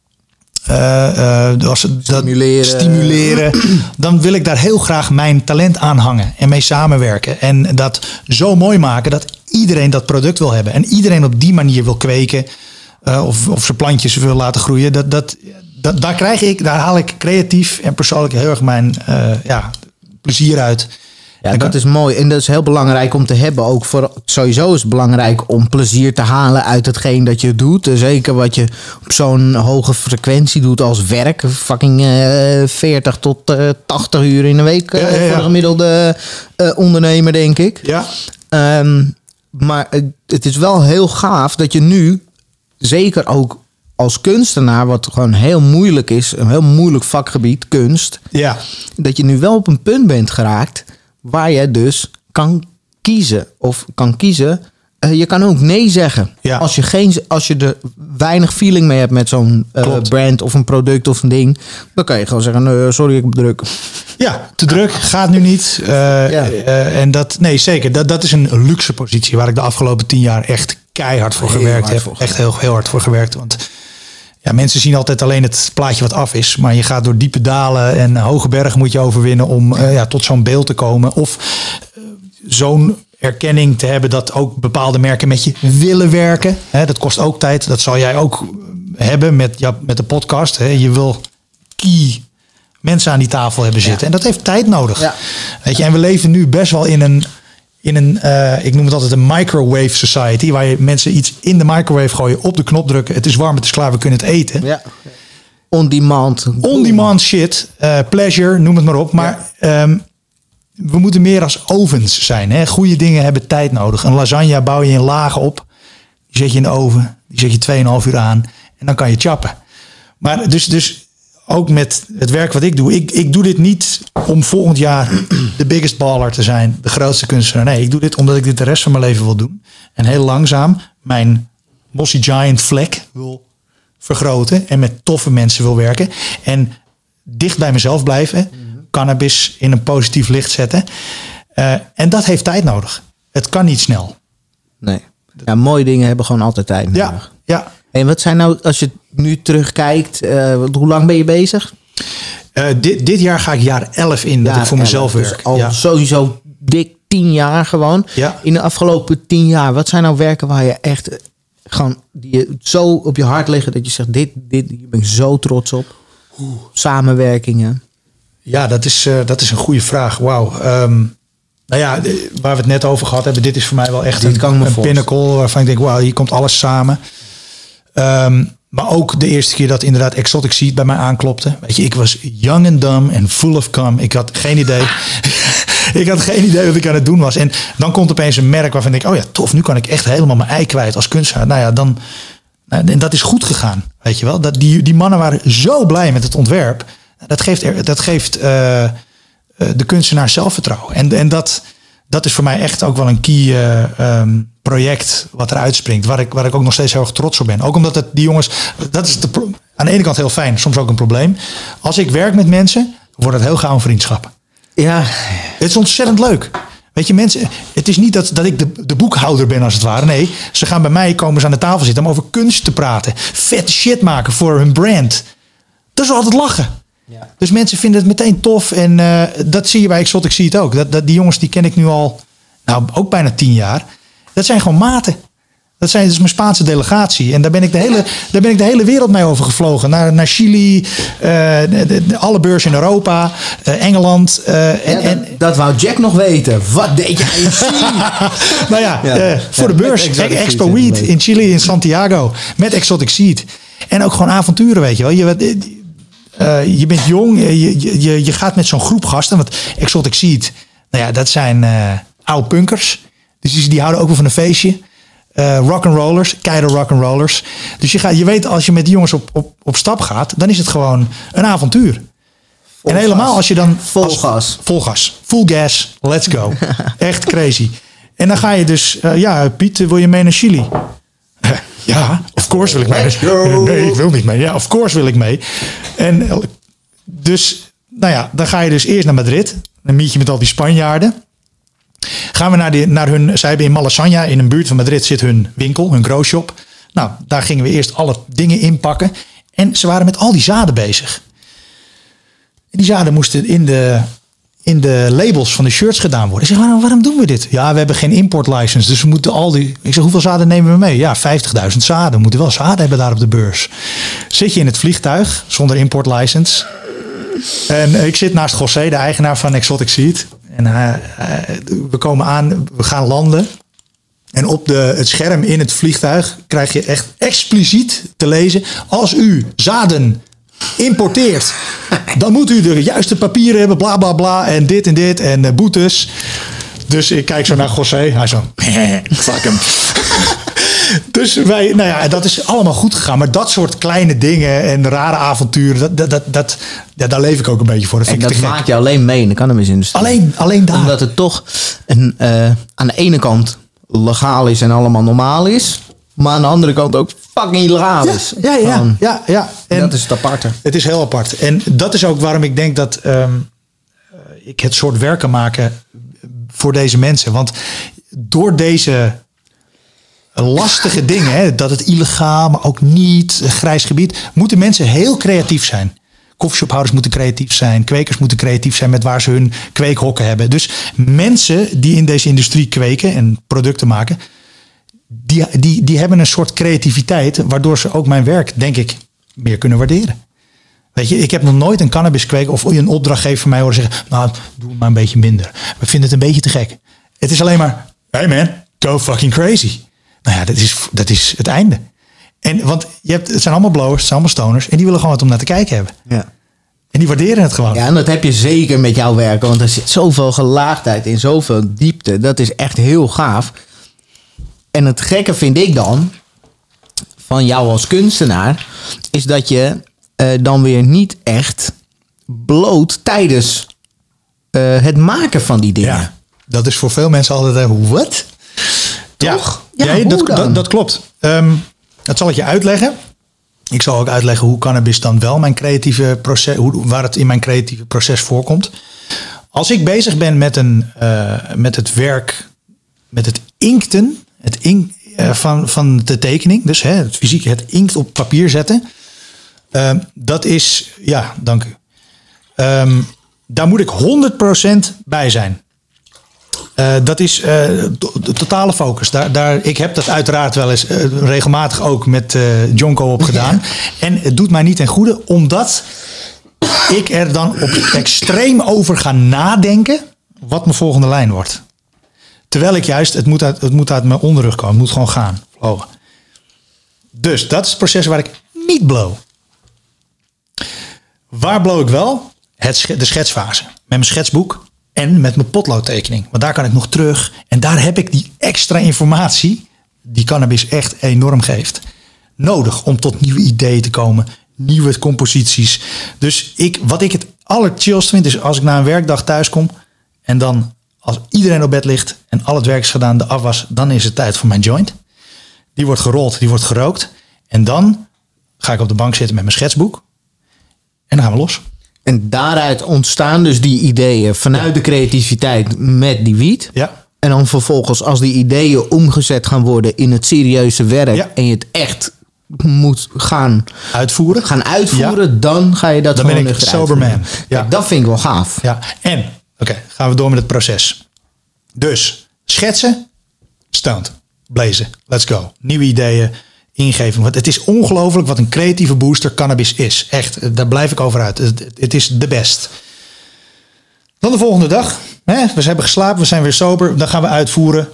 [SPEAKER 1] stimuleren, dan wil ik daar heel graag mijn talent aan hangen en mee samenwerken. En dat zo mooi maken dat iedereen dat product wil hebben. En iedereen op die manier wil kweken of zijn plantjes wil laten groeien. Daar haal ik creatief en persoonlijk heel erg mijn plezier uit.
[SPEAKER 2] Ja, dat is mooi. En dat is heel belangrijk om te hebben. Ook sowieso is het belangrijk om plezier te halen uit hetgeen dat je doet. Zeker wat je op zo'n hoge frequentie doet als werk. Fucking 40 tot 80 uur in de week voor een gemiddelde ondernemer, denk ik.
[SPEAKER 1] Ja.
[SPEAKER 2] Maar het is wel heel gaaf dat je nu, zeker ook als kunstenaar, wat gewoon heel moeilijk is, een heel moeilijk vakgebied, kunst. Ja. Dat je nu wel op een punt bent geraakt waar je dus kan kiezen. Je kan ook nee zeggen. Ja. Als je er weinig feeling mee hebt met zo'n brand of een product of een ding, dan kan je gewoon zeggen, sorry, ik ben druk.
[SPEAKER 1] Ja, te druk, gaat nu niet. En zeker. Dat is een luxe positie waar ik de afgelopen 10 jaar echt keihard voor gewerkt heb. Echt heel, heel hard voor gewerkt. Want ja, mensen zien altijd alleen het plaatje wat af is. Maar je gaat door diepe dalen en hoge bergen moet je overwinnen om tot zo'n beeld te komen. Of zo'n erkenning te hebben dat ook bepaalde merken met je willen werken. Dat kost ook tijd. Dat zal jij ook hebben met de podcast. Je wil key mensen aan die tafel hebben zitten. En dat heeft tijd nodig. Ja. Weet je, en we leven nu best wel in een ik noem het altijd een microwave society, waar je mensen iets in de microwave gooien, op de knop drukken. Het is warm, het is klaar, we kunnen het eten. Ja.
[SPEAKER 2] On demand
[SPEAKER 1] shit. Pleasure, noem het maar op. Maar we moeten meer als ovens zijn. Hè? Goede dingen hebben tijd nodig. Een lasagne bouw je in lagen op. Die zet je in de oven. Die zet je 2,5 uur aan. En dan kan je chappen. Maar dus ook met het werk wat ik doe. Ik doe dit niet om volgend jaar de biggest baller te zijn. De grootste kunstenaar. Nee, ik doe dit omdat ik dit de rest van mijn leven wil doen. En heel langzaam mijn Mossy Giant vlek wil vergroten. En met toffe mensen wil werken. En dicht bij mezelf blijven. Cannabis in een positief licht zetten. En dat heeft tijd nodig. Het kan niet snel.
[SPEAKER 2] Nee. Ja, mooie dingen hebben gewoon altijd tijd nodig.
[SPEAKER 1] Ja.
[SPEAKER 2] En wat zijn nou, als je nu terugkijkt, hoe lang ben je bezig?
[SPEAKER 1] Dit jaar ga ik jaar 11 in dat ik voor mezelf werk.
[SPEAKER 2] Dus al sowieso dik 10 jaar gewoon. Ja. In de afgelopen 10 jaar, wat zijn nou werken waar je echt gewoon, die je zo op je hart liggen dat je zegt, dit ben ik zo trots op. Samenwerkingen.
[SPEAKER 1] Ja, dat is een goede vraag. Wauw. Waar we het net over gehad hebben, dit is voor mij wel echt een pinnacle waarvan ik denk, wauw, hier komt alles samen. Maar ook de eerste keer dat inderdaad Exotic Seed bij mij aanklopte. Weet je, ik was young and dumb en full of cum. Ik had geen idee. Ik had geen idee wat ik aan het doen was. En dan komt opeens een merk waarvan ik denk, oh ja, tof, nu kan ik echt helemaal mijn ei kwijt als kunstenaar. Nou ja, en dat is goed gegaan. Weet je wel, die mannen waren zo blij met het ontwerp. Dat geeft de kunstenaar zelfvertrouwen. En dat is voor mij echt ook wel een key project wat er uitspringt. Waar ik ook nog steeds heel erg trots op ben. Ook omdat die jongens, dat is aan de ene kant heel fijn, soms ook een probleem. Als ik werk met mensen, wordt het heel gauw een vriendschap.
[SPEAKER 2] Ja.
[SPEAKER 1] Het is ontzettend leuk. Weet je, mensen, het is niet dat ik de boekhouder ben als het ware. Nee, ze gaan bij mij, komen ze aan de tafel zitten om over kunst te praten. Vette shit maken voor hun brand. Dat is altijd lachen. Ja. Dus mensen vinden het meteen tof. En dat zie je bij Exotic Seed ook. Die jongens die ken ik nu al, ook bijna 10 jaar. Dat zijn gewoon maten. Dat is mijn Spaanse delegatie. En daar ben ik de hele wereld mee over gevlogen. Naar Chili, alle beurzen in Europa, Engeland.
[SPEAKER 2] Dat wou Jack nog weten. Wat deed jij in Chili?
[SPEAKER 1] Nou ja, voor de beurs. Expo Weed in Chili, in Santiago. Met Exotic Seed. En ook gewoon avonturen, weet je wel. Je bent jong, je gaat met zo'n groep gasten. Want Exotic Seed, nou ja, dat zijn oude punkers. Dus die houden ook wel van een feestje. Rock'n'rollers, keiharde rock'n'rollers. Dus je weet, als je met die jongens op stap gaat, dan is het gewoon een avontuur. En helemaal als je dan...
[SPEAKER 2] Vol gas.
[SPEAKER 1] Full gas, let's go. Echt crazy. En dan ga je dus... Piet, wil je mee naar Chili? Ja, of course wil ik mee. Nee, ik wil niet mee. Ja, of course wil ik mee. En dus, nou ja, dan ga je dus eerst naar Madrid. Dan meet je met al die Spanjaarden. Gaan we naar hun... Zij hebben in Malasaña, in een buurt van Madrid, zit hun winkel, hun growshop. Nou, daar gingen we eerst alle dingen inpakken. En ze waren met al die zaden bezig. En die zaden moesten in de labels van de shirts gedaan worden. Ik zeg, waarom doen we dit? Ja, we hebben geen importlicense, dus we moeten al die... Ik zeg, hoeveel zaden nemen we mee? Ja, 50.000 zaden. We moeten wel zaden hebben daar op de beurs. Zit je in het vliegtuig zonder importlicense. En ik zit naast José, de eigenaar van Exotic Seed. En we komen aan, we gaan landen. En op het scherm in het vliegtuig krijg je echt expliciet te lezen: als u zaden importeert, dan moet u de juiste papieren hebben, bla bla bla, en dit en boetes. Dus ik kijk zo naar José, hij zo, fuck hem. Dus dat is allemaal goed gegaan. Maar dat soort kleine dingen en rare avonturen, daar leef ik ook een beetje voor. Dat
[SPEAKER 2] en dat maak je alleen mee in de cannabisindustrie.
[SPEAKER 1] Alleen daar.
[SPEAKER 2] Omdat het toch aan de ene kant legaal is en allemaal normaal is. Maar aan de andere kant ook fucking illegaal is.
[SPEAKER 1] Ja. En
[SPEAKER 2] dat is het aparte.
[SPEAKER 1] Het is heel apart. En dat is ook waarom ik denk dat ik het soort werk kan maken voor deze mensen. Want door deze lastige dingen, hè, dat het illegaal, maar ook niet, grijs gebied, moeten mensen heel creatief zijn. Koffieshophouders moeten creatief zijn. Kwekers moeten creatief zijn met waar ze hun kweekhokken hebben. Dus mensen die in deze industrie kweken en producten maken, die hebben een soort creativiteit, waardoor ze ook mijn werk, denk ik, meer kunnen waarderen. Weet je, ik heb nog nooit een cannabiskweker of een opdrachtgever van mij horen zeggen, nou, doe het maar een beetje minder. We vinden het een beetje te gek. Het is alleen maar, hey man, go fucking crazy. Nou ja, dat is het einde. Want het zijn allemaal blowers, het zijn allemaal stoners, en die willen gewoon wat om naar te kijken hebben.
[SPEAKER 2] Ja.
[SPEAKER 1] En die waarderen het gewoon.
[SPEAKER 2] Ja, en dat heb je zeker met jouw werk, want er zit zoveel gelaagdheid in, zoveel diepte. Dat is echt heel gaaf. En het gekke vind ik dan, van jou als kunstenaar, is dat je dan weer niet echt bloot tijdens het maken van die dingen.
[SPEAKER 1] Ja, dat is voor veel mensen altijd wat?
[SPEAKER 2] Toch?
[SPEAKER 1] Ja, dat klopt. Dat zal ik je uitleggen. Ik zal ook uitleggen hoe cannabis dan wel mijn creatieve proces, waar het in mijn creatieve proces voorkomt. Als ik bezig ben met het werk, met het inkten, van de tekening, dus het fysieke, het inkt op papier zetten. Dat is, ja, dank u. Daar moet ik 100% bij zijn. Dat is de totale focus. Ik heb dat uiteraard wel eens regelmatig ook met Jonko op gedaan. Ja. En het doet mij niet ten goede, omdat ik er dan op extreem over ga nadenken wat mijn volgende lijn wordt. Terwijl ik juist, het moet uit mijn onderrug komen. Het moet gewoon gaan, flowen. Dus dat is het proces waar ik niet blow. Waar blow ik wel? De schetsfase. Met mijn schetsboek en met mijn potloodtekening. Want daar kan ik nog terug. En daar heb ik die extra informatie, die cannabis echt enorm geeft, nodig om tot nieuwe ideeën te komen. Nieuwe composities. Dus wat ik het allerchillst vind, is als ik na een werkdag thuis kom en dan, als iedereen op bed ligt en al het werk is gedaan, de afwas, dan is het tijd voor mijn joint. Die wordt gerold, die wordt gerookt. En dan ga ik op de bank zitten met mijn schetsboek. En dan gaan we los.
[SPEAKER 2] En daaruit ontstaan dus die ideeën vanuit de creativiteit met die wiet.
[SPEAKER 1] Ja.
[SPEAKER 2] En dan vervolgens, als die ideeën omgezet gaan worden in het serieuze werk, ja, en je het echt moet gaan uitvoeren, dan ga je dat
[SPEAKER 1] dan
[SPEAKER 2] gewoon
[SPEAKER 1] ben ik sober man. Ja.
[SPEAKER 2] Kijk, dat vind ik wel gaaf.
[SPEAKER 1] Ja. En, oké, gaan we door met het proces. Dus, schetsen, stoned. blazen. Let's go. Nieuwe ideeën, ingeving. Want het is ongelooflijk wat een creatieve booster cannabis is. Echt, daar blijf ik over uit. Het is de best. Dan de volgende dag. We hebben geslapen, we zijn weer sober. Dan gaan we uitvoeren.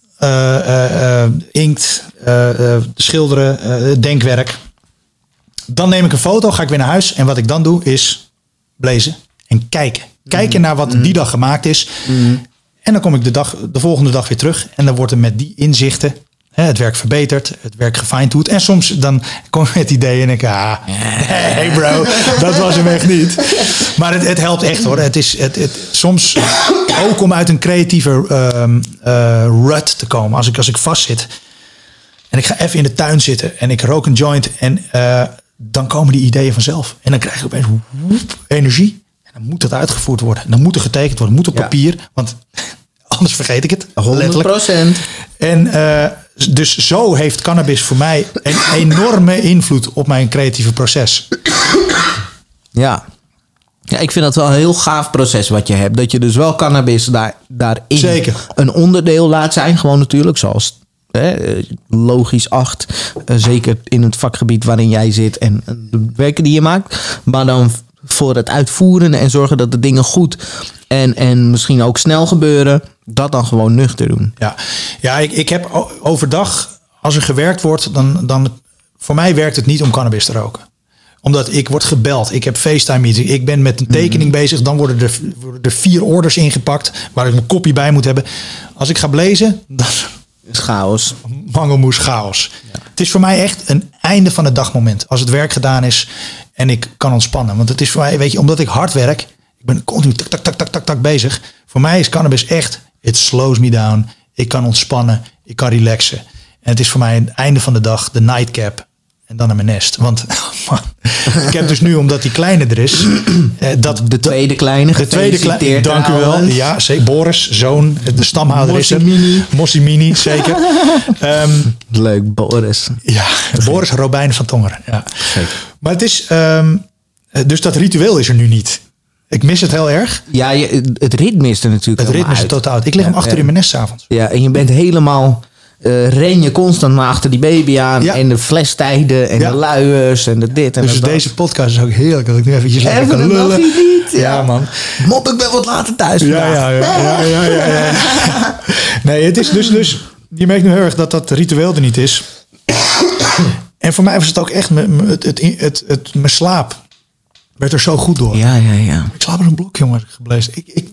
[SPEAKER 1] Inkt, schilderen, denkwerk. Dan neem ik een foto, ga ik weer naar huis. En wat ik dan doe is blazen en kijken. Kijken naar wat die dag gemaakt is. En dan kom ik de volgende dag weer terug. En dan wordt er met die inzichten het werk verbeterd. Het werk gefine-tuned. En soms dan kom ik met ideeën en ik... hey bro, dat was hem echt niet. Maar het helpt echt hoor. Het is soms ook om uit een creatieve rut te komen. Als ik vastzit en ik ga even in de tuin zitten en ik rook een joint en dan komen die ideeën vanzelf. En dan krijg je opeens energie. En dan moet dat uitgevoerd worden. En dan moet er getekend worden. Moet op papier. Want anders vergeet ik het.
[SPEAKER 2] 100%.
[SPEAKER 1] En dus zo heeft cannabis voor mij een enorme invloed op mijn creatieve proces.
[SPEAKER 2] Ja. Ja, ik vind dat wel een heel gaaf proces wat je hebt. Dat je dus wel cannabis daarin
[SPEAKER 1] Zeker.
[SPEAKER 2] Een onderdeel laat zijn. Gewoon natuurlijk zoals logisch 8. Zeker in het vakgebied waarin jij zit en de werken die je maakt. Maar dan voor het uitvoeren en zorgen dat de dingen goed en misschien ook snel gebeuren. Dat dan gewoon nuchter doen.
[SPEAKER 1] Ja, ik heb overdag, als er gewerkt wordt, dan voor mij werkt het niet om cannabis te roken. Omdat ik word gebeld. Ik heb FaceTime meeting. Ik ben met een tekening bezig. Dan worden er 4 orders ingepakt waar ik mijn kopie bij moet hebben. Als ik ga blazen, dan
[SPEAKER 2] is chaos.
[SPEAKER 1] Mangelmoes chaos. Ja. Het is voor mij echt een einde van het dagmoment. Als het werk gedaan is en ik kan ontspannen. Want het is voor mij, weet je, omdat ik hard werk. Ik ben continu tak bezig. Voor mij is cannabis echt, it slows me down. Ik kan ontspannen. Ik kan relaxen. En het is voor mij het einde van de dag, de nightcap. En dan naar mijn nest. Want man, ik heb dus nu, omdat die kleine er is.
[SPEAKER 2] De tweede kleine.
[SPEAKER 1] De tweede kleine. Dank u wel. Ja, Boris, zoon. De stamhouder is er. Mossie Mini, zeker.
[SPEAKER 2] Leuk, Boris.
[SPEAKER 1] Ja, Boris Robijn van Tongeren. Ja. Maar het is... dus dat ritueel is er nu niet. Ik mis het heel erg.
[SPEAKER 2] Ja, het ritme is er natuurlijk.
[SPEAKER 1] Het ritme is er totaal. Ik lig om 8 uur in mijn nest 's avonds.
[SPEAKER 2] Ja, en je bent helemaal... ren je constant maar achter die baby aan. Ja. En de flestijden en de luiers en de dit en
[SPEAKER 1] dus deze podcast is ook heerlijk. Dat ik nu eventjes lekker kan lullen.
[SPEAKER 2] Niet,
[SPEAKER 1] ja man.
[SPEAKER 2] Mop, ik ben wat later thuis
[SPEAKER 1] vandaag. Ja. Nee, het is dus... Je merkt nu heel erg dat dat ritueel er niet is. En voor mij was het ook echt... Mijn slaap werd er zo goed door.
[SPEAKER 2] Ja.
[SPEAKER 1] Ik slaap als een blok, jongen. Geblezen.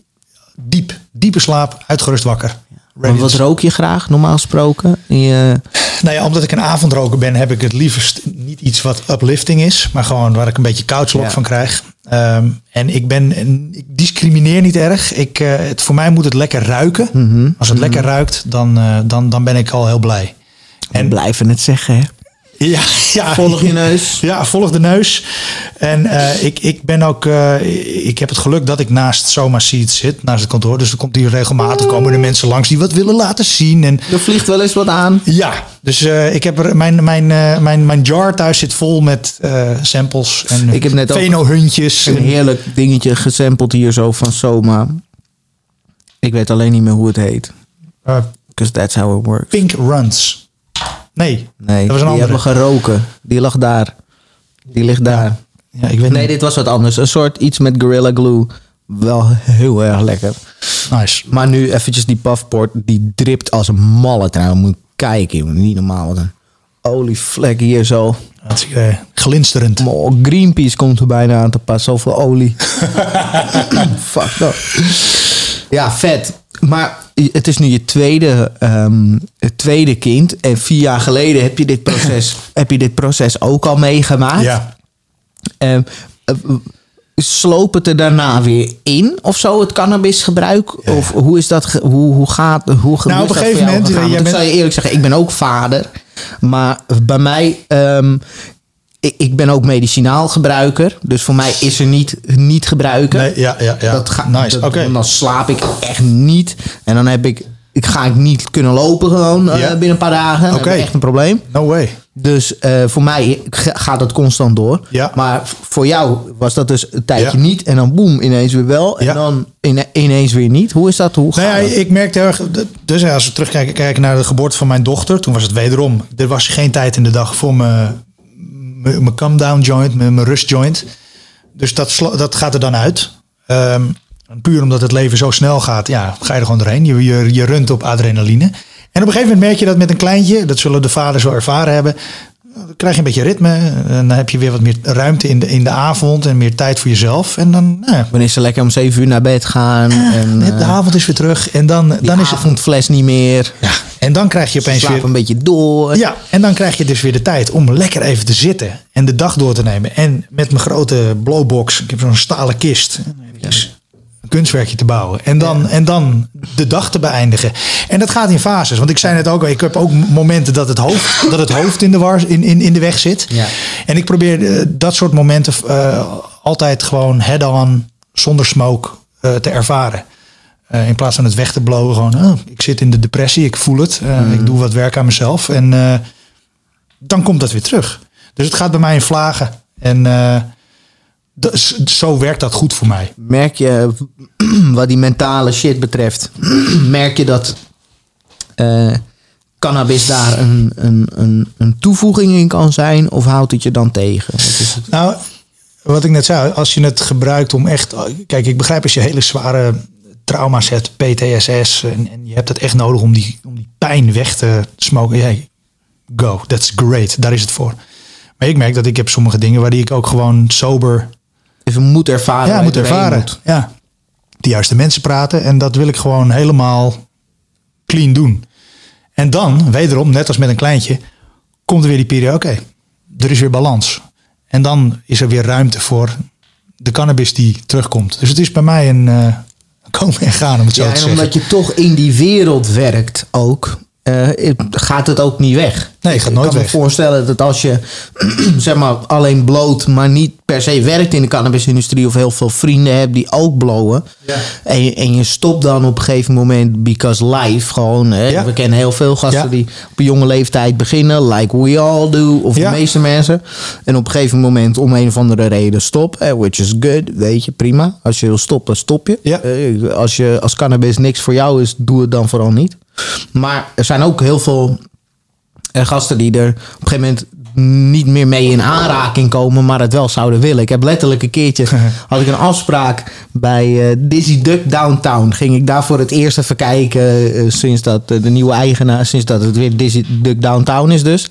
[SPEAKER 1] Diepe slaap, uitgerust wakker.
[SPEAKER 2] Maar wat rook je graag, normaal gesproken?
[SPEAKER 1] Nou ja, omdat ik een avondroker ben, heb ik het liefst niet iets wat uplifting is. Maar gewoon waar ik een beetje koudslok van krijg. En ik discrimineer niet erg. Voor mij moet het lekker ruiken. Mm-hmm. Als het lekker ruikt, dan ben ik al heel blij.
[SPEAKER 2] En blijven het zeggen, hè?
[SPEAKER 1] Ja,
[SPEAKER 2] volg je neus.
[SPEAKER 1] Ja, volg de neus. En ik ben ook... ik heb het geluk dat ik naast Soma Seeds zit, naast het kantoor. Dus er komt hier regelmatig komen er mensen langs die wat willen laten zien. En
[SPEAKER 2] er vliegt wel eens wat aan.
[SPEAKER 1] Ja, dus ik heb er mijn jar thuis zit vol met samples en
[SPEAKER 2] ik heb net
[SPEAKER 1] Veno-huntjes.
[SPEAKER 2] Een heerlijk dingetje gesampled hier zo van Soma. Ik weet alleen niet meer hoe het heet. Because that's how it works.
[SPEAKER 1] Pink Runs. Nee,
[SPEAKER 2] dat was een andere. Die hebben geroken. Die lag daar. Die ligt daar.
[SPEAKER 1] Ja, ik weet niet.
[SPEAKER 2] Dit was wat anders. Een soort iets met Gorilla Glue. Wel heel erg lekker.
[SPEAKER 1] Nice.
[SPEAKER 2] Maar nu eventjes die puffport. Die dript als een malle trouwens. Moet je kijken, jongen. Niet normaal. Wat een olievlek hier zo.
[SPEAKER 1] Dat is glinsterend.
[SPEAKER 2] Oh, Greenpeace komt er bijna aan te pas. Zoveel olie. Fuck dat. Ja, vet. Maar het is nu je tweede kind. En 4 jaar geleden heb je dit proces ook al meegemaakt.
[SPEAKER 1] Ja.
[SPEAKER 2] Sloop het er daarna weer in of zo, het cannabisgebruik? Ja. Of hoe is dat? Hoe gaat het? Nou, op een gegeven moment... Ik zal je eerlijk zeggen, ik ben ook vader. Maar bij mij... Ik ben ook medicinaal gebruiker. Dus voor mij is er niet gebruiken.
[SPEAKER 1] Nee, ja.
[SPEAKER 2] Dat
[SPEAKER 1] nice.
[SPEAKER 2] Dan slaap ik echt niet. En dan heb ik ga ik niet kunnen lopen gewoon binnen een paar dagen. Dat is echt een probleem.
[SPEAKER 1] No way.
[SPEAKER 2] Dus voor mij gaat dat constant door.
[SPEAKER 1] Ja.
[SPEAKER 2] Maar voor jou was dat dus een tijdje niet. En dan boem, ineens weer wel. En dan ineens weer niet. Hoe is dat?
[SPEAKER 1] Ik merkte heel erg... Dus als we terugkijken naar de geboorte van mijn dochter. Toen was het wederom. Er was geen tijd in de dag voor mijn come-down joint. Mijn rust joint. Dus dat gaat er dan uit. Puur omdat het leven zo snel gaat. Ja, ga je er gewoon doorheen. Je runt op adrenaline. En op een gegeven moment merk je dat met een kleintje, dat zullen de vaders wel ervaren hebben, dan krijg je een beetje ritme. En dan heb je weer wat meer ruimte in de avond en meer tijd voor jezelf. En dan,
[SPEAKER 2] wanneer ze lekker om 7 uur naar bed gaan. En
[SPEAKER 1] de avond is weer terug. En dan is het
[SPEAKER 2] avondfles niet meer.
[SPEAKER 1] Ja, en dan krijg je opeens weer
[SPEAKER 2] een beetje door.
[SPEAKER 1] Ja, en dan krijg je dus weer de tijd om lekker even te zitten en de dag door te nemen. En met mijn grote blowbox, ik heb zo'n stalen kist. Een kunstwerkje te bouwen. En dan de dag te beëindigen. En dat gaat in fases. Want ik zei net ook, ik heb ook momenten dat het hoofd in de weg zit. Ja. En ik probeer dat soort momenten altijd gewoon head-on, zonder smoke te ervaren. In plaats van het weg te blowen. Gewoon, ik zit in de depressie, ik voel het. Ik doe wat werk aan mezelf. En dan komt dat weer terug. Dus het gaat bij mij in vlagen. En zo werkt dat goed voor mij.
[SPEAKER 2] Merk je, wat die mentale shit betreft, merk je dat cannabis daar een toevoeging in kan zijn? Of houdt het je dan tegen?
[SPEAKER 1] Nou, wat ik net zei, als je het gebruikt om echt... Kijk, ik begrijp als je hele zware trauma's hebt, PTSS... en je hebt het echt nodig om die pijn weg te smoken. Hey, go, that's great, daar is het voor. Maar ik merk dat ik heb sommige dingen waar die ik ook gewoon sober...
[SPEAKER 2] Even moet ervaren.
[SPEAKER 1] Ja, moet ervaren. Ja. De juiste mensen praten. En dat wil ik gewoon helemaal clean doen. En dan, wederom, net als met een kleintje, komt er weer die periode. Oké, er is weer balans. En dan is er weer ruimte voor de cannabis die terugkomt. Dus het is bij mij een komen en gaan, om het zo te zeggen.
[SPEAKER 2] En omdat je toch in die wereld werkt ook... gaat het ook niet weg.
[SPEAKER 1] Nee, gaat nooit weg.
[SPEAKER 2] Ik kan me voorstellen dat als je zeg maar alleen bloot, maar niet per se werkt in de cannabisindustrie of heel veel vrienden hebt die ook blowen. Ja. En je stopt dan op een gegeven moment because life gewoon. Hè? Ja. We kennen heel veel gasten die op een jonge leeftijd beginnen, like we all do, of de meeste mensen. En op een gegeven moment om een of andere reden stop, which is good, weet je, prima. Als je wil stoppen, dan stop je. Ja. Als cannabis niks voor jou is, doe het dan vooral niet. Maar er zijn ook heel veel gasten die er op een gegeven moment niet meer mee in aanraking komen, maar het wel zouden willen. Ik heb letterlijk een keertje, had ik een afspraak bij Dizzy Duck Downtown. Ging ik daar voor het eerst even kijken sinds dat de nieuwe eigenaar, sinds dat het weer Dizzy Duck Downtown is dus.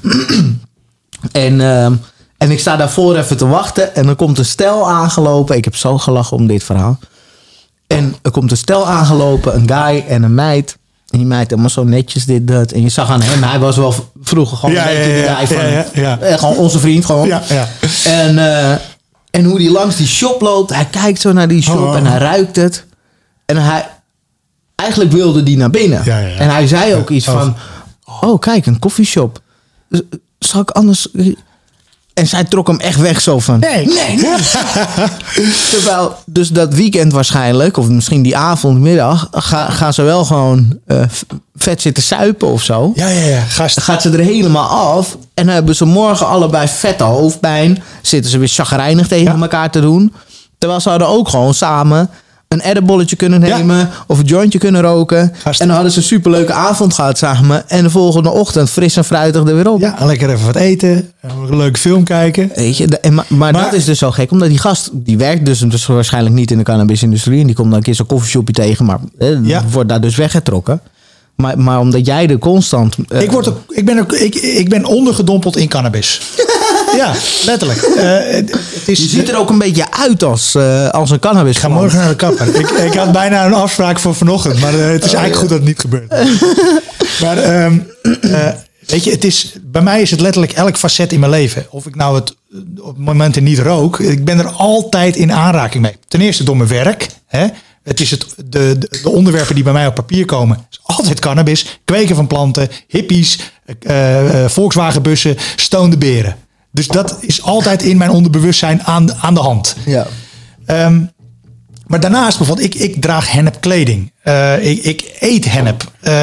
[SPEAKER 2] En ik sta daarvoor even te wachten en dan komt een stel aangelopen. Ik heb zo gelachen om dit verhaal. En er komt een stel aangelopen, een guy en een meid. En die meid helemaal zo netjes dit, dat. En je zag aan hem, hij was wel vroeger gewoon een beetje de guy van... Gewoon onze vriend, gewoon. Ja, ja. En hoe die langs die shop loopt. Hij kijkt zo naar die shop en hij ruikt het. En eigenlijk wilde die naar binnen. Ja, ja, ja. En hij zei ook iets van... Oh, kijk, een koffieshop. Zal ik anders... En zij trok hem echt weg zo van... Nee. Terwijl, dus dat weekend waarschijnlijk... of misschien die avondmiddag... gaan ze wel gewoon vet zitten suipen of zo.
[SPEAKER 1] Ja.
[SPEAKER 2] Dan gaat ze er helemaal af. En dan hebben ze morgen allebei vette hoofdpijn. Zitten ze weer chagrijnig tegen elkaar te doen. Terwijl ze hadden ook gewoon samen... een edibolletje kunnen nemen of een jointje kunnen roken. En dan hadden ze een superleuke avond gehad samen. En de volgende ochtend fris en fruitig er weer op.
[SPEAKER 1] Ja, lekker even wat eten. Een leuke film kijken.
[SPEAKER 2] Weet je, maar dat is dus zo gek. Omdat die gast, die werkt dus waarschijnlijk niet in de cannabisindustrie. En die komt dan een keer zo'n koffieshopje tegen. Maar wordt daar dus weggetrokken. Maar omdat jij er constant...
[SPEAKER 1] Ik ben ondergedompeld in cannabis. Ja, letterlijk.
[SPEAKER 2] Je ziet er ook een beetje uit als een cannabis.
[SPEAKER 1] Ik ga morgen naar de kapper. Ik had bijna een afspraak voor vanochtend. Maar het is eigenlijk goed dat het niet gebeurt. Maar weet je, bij mij is het letterlijk elk facet in mijn leven. Of ik nou het op momenten niet rook. Ik ben er altijd in aanraking mee. Ten eerste door mijn werk. Hè. Het is de onderwerpen die bij mij op papier komen. Is altijd cannabis, kweken van planten, hippies, Volkswagenbussen, stoned beren. Dus dat is altijd in mijn onderbewustzijn aan de hand. Ja. Maar daarnaast bijvoorbeeld, ik draag hennepkleding. Ik eet hennep.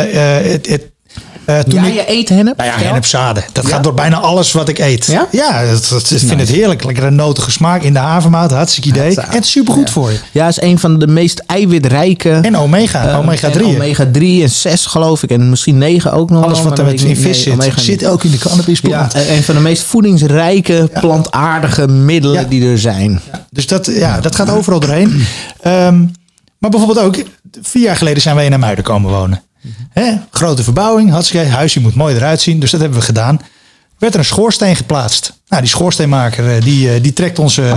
[SPEAKER 2] Je eet hennep?
[SPEAKER 1] Nou ja, hennepzaden. Dat gaat door bijna alles wat ik eet.
[SPEAKER 2] Ja?
[SPEAKER 1] Ja, ik vind het heerlijk. Lekkere notige smaak in de havermout. Hartstikke idee. En het is supergoed voor je.
[SPEAKER 2] Ja, het is een van de meest eiwitrijke...
[SPEAKER 1] En omega 3.
[SPEAKER 2] Omega 3 en 6 geloof ik. En misschien 9 ook nog.
[SPEAKER 1] Alles wat er in vis zit ook in de cannabisplant.
[SPEAKER 2] Ja, een van de meest voedingsrijke, plantaardige middelen die er zijn.
[SPEAKER 1] Ja, dus dat gaat overal doorheen. Maar bijvoorbeeld ook, 4 jaar geleden zijn wij in Muiden komen wonen. Grote verbouwing, hartstikke huisje moet mooi eruit zien. Dus dat hebben we gedaan. Werd er een schoorsteen geplaatst. Nou, die schoorsteenmaker die trekt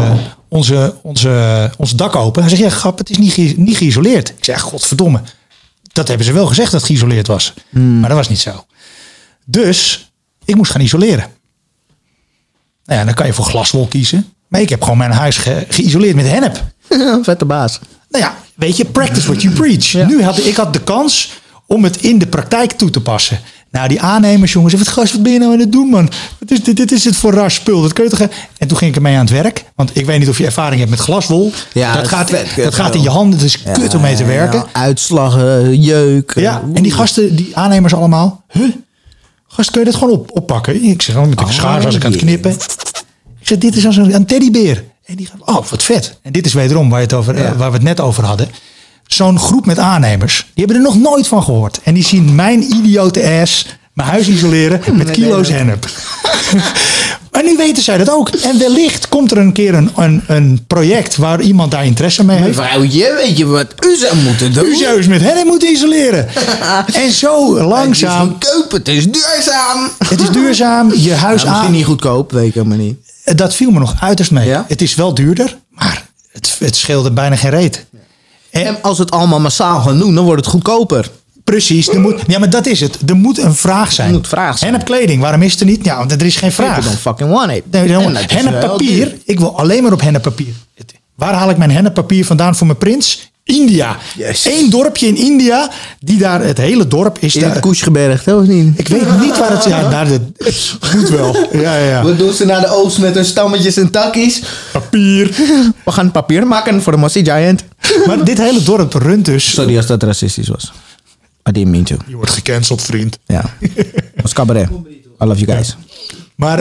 [SPEAKER 1] ons dak open. Hij zegt, ja grap, het is niet geïsoleerd. Ik zeg, godverdomme. Dat hebben ze wel gezegd dat het geïsoleerd was. Maar dat was niet zo. Dus ik moest gaan isoleren. Nou ja, dan kan je voor glaswol kiezen. Maar ik heb gewoon mijn huis geïsoleerd met hennep.
[SPEAKER 2] Vette baas.
[SPEAKER 1] Nou ja, weet je, practice what you preach. Ja. Nu had de kans om het in de praktijk toe te passen. Nou, die aannemers, jongens, wat ben je nou aan het doen, man? Dit is het voor raar spul. Dat kun je toch... En toen ging ik ermee aan het werk. Want ik weet niet of je ervaring hebt met glaswol. Ja, dat gaat in je handen. Het is kut om mee te werken. Ja,
[SPEAKER 2] uitslagen, jeuk.
[SPEAKER 1] Ja, en die gasten, die aannemers allemaal. Gast, kun je dat gewoon oppakken? Ik zeg, met de schaar als ik aan het knippen. Ik zeg, dit is als een teddybeer. En die gaat, wat vet. En dit is wederom waar we het net over hadden. Zo'n groep met aannemers, die hebben er nog nooit van gehoord. En die zien mijn idiote ass mijn huis isoleren met kilo's hennep. Maar nu weten zij dat ook. En wellicht komt er een keer een project waar iemand daar interesse mee heeft.
[SPEAKER 2] Mevrouwtje, weet je wat u zou moeten doen?
[SPEAKER 1] U zou eens met hennep moeten isoleren. En zo langzaam.
[SPEAKER 2] Het is goedkoop, het is duurzaam.
[SPEAKER 1] Het is duurzaam, je huis aan.
[SPEAKER 2] Misschien niet goedkoop, weet ik helemaal niet.
[SPEAKER 1] Dat viel me nog uiterst mee.
[SPEAKER 2] Ja?
[SPEAKER 1] Het is wel duurder, maar het scheelde bijna geen reet.
[SPEAKER 2] En als het allemaal massaal gaan doen, dan wordt het goedkoper.
[SPEAKER 1] Precies. Maar dat is het. Er moet een vraag zijn.
[SPEAKER 2] Er moet vraag zijn.
[SPEAKER 1] Hennepkleding, waarom is het er niet? Ja, want er is geen vraag.
[SPEAKER 2] People don't fucking want it.
[SPEAKER 1] Henneppapier, ik wil alleen maar op henneppapier. Waar haal ik mijn henneppapier vandaan voor mijn prins? India.
[SPEAKER 2] Yes.
[SPEAKER 1] Eén dorpje in India, die daar, het hele dorp is...
[SPEAKER 2] In het Koesgebergte, of niet?
[SPEAKER 1] Ik weet niet waar het... Ja, het moet wel. Ja.
[SPEAKER 2] Wat doen ze naar de oost met hun stammetjes en takkies?
[SPEAKER 1] Papier.
[SPEAKER 2] We gaan papier maken voor de Mossy Giant.
[SPEAKER 1] Maar dit hele dorp runt dus...
[SPEAKER 2] Sorry als dat racistisch was. I didn't mean to.
[SPEAKER 1] Je wordt gecanceld, vriend.
[SPEAKER 2] Ja. Als cabaret. I love you guys.
[SPEAKER 1] Maar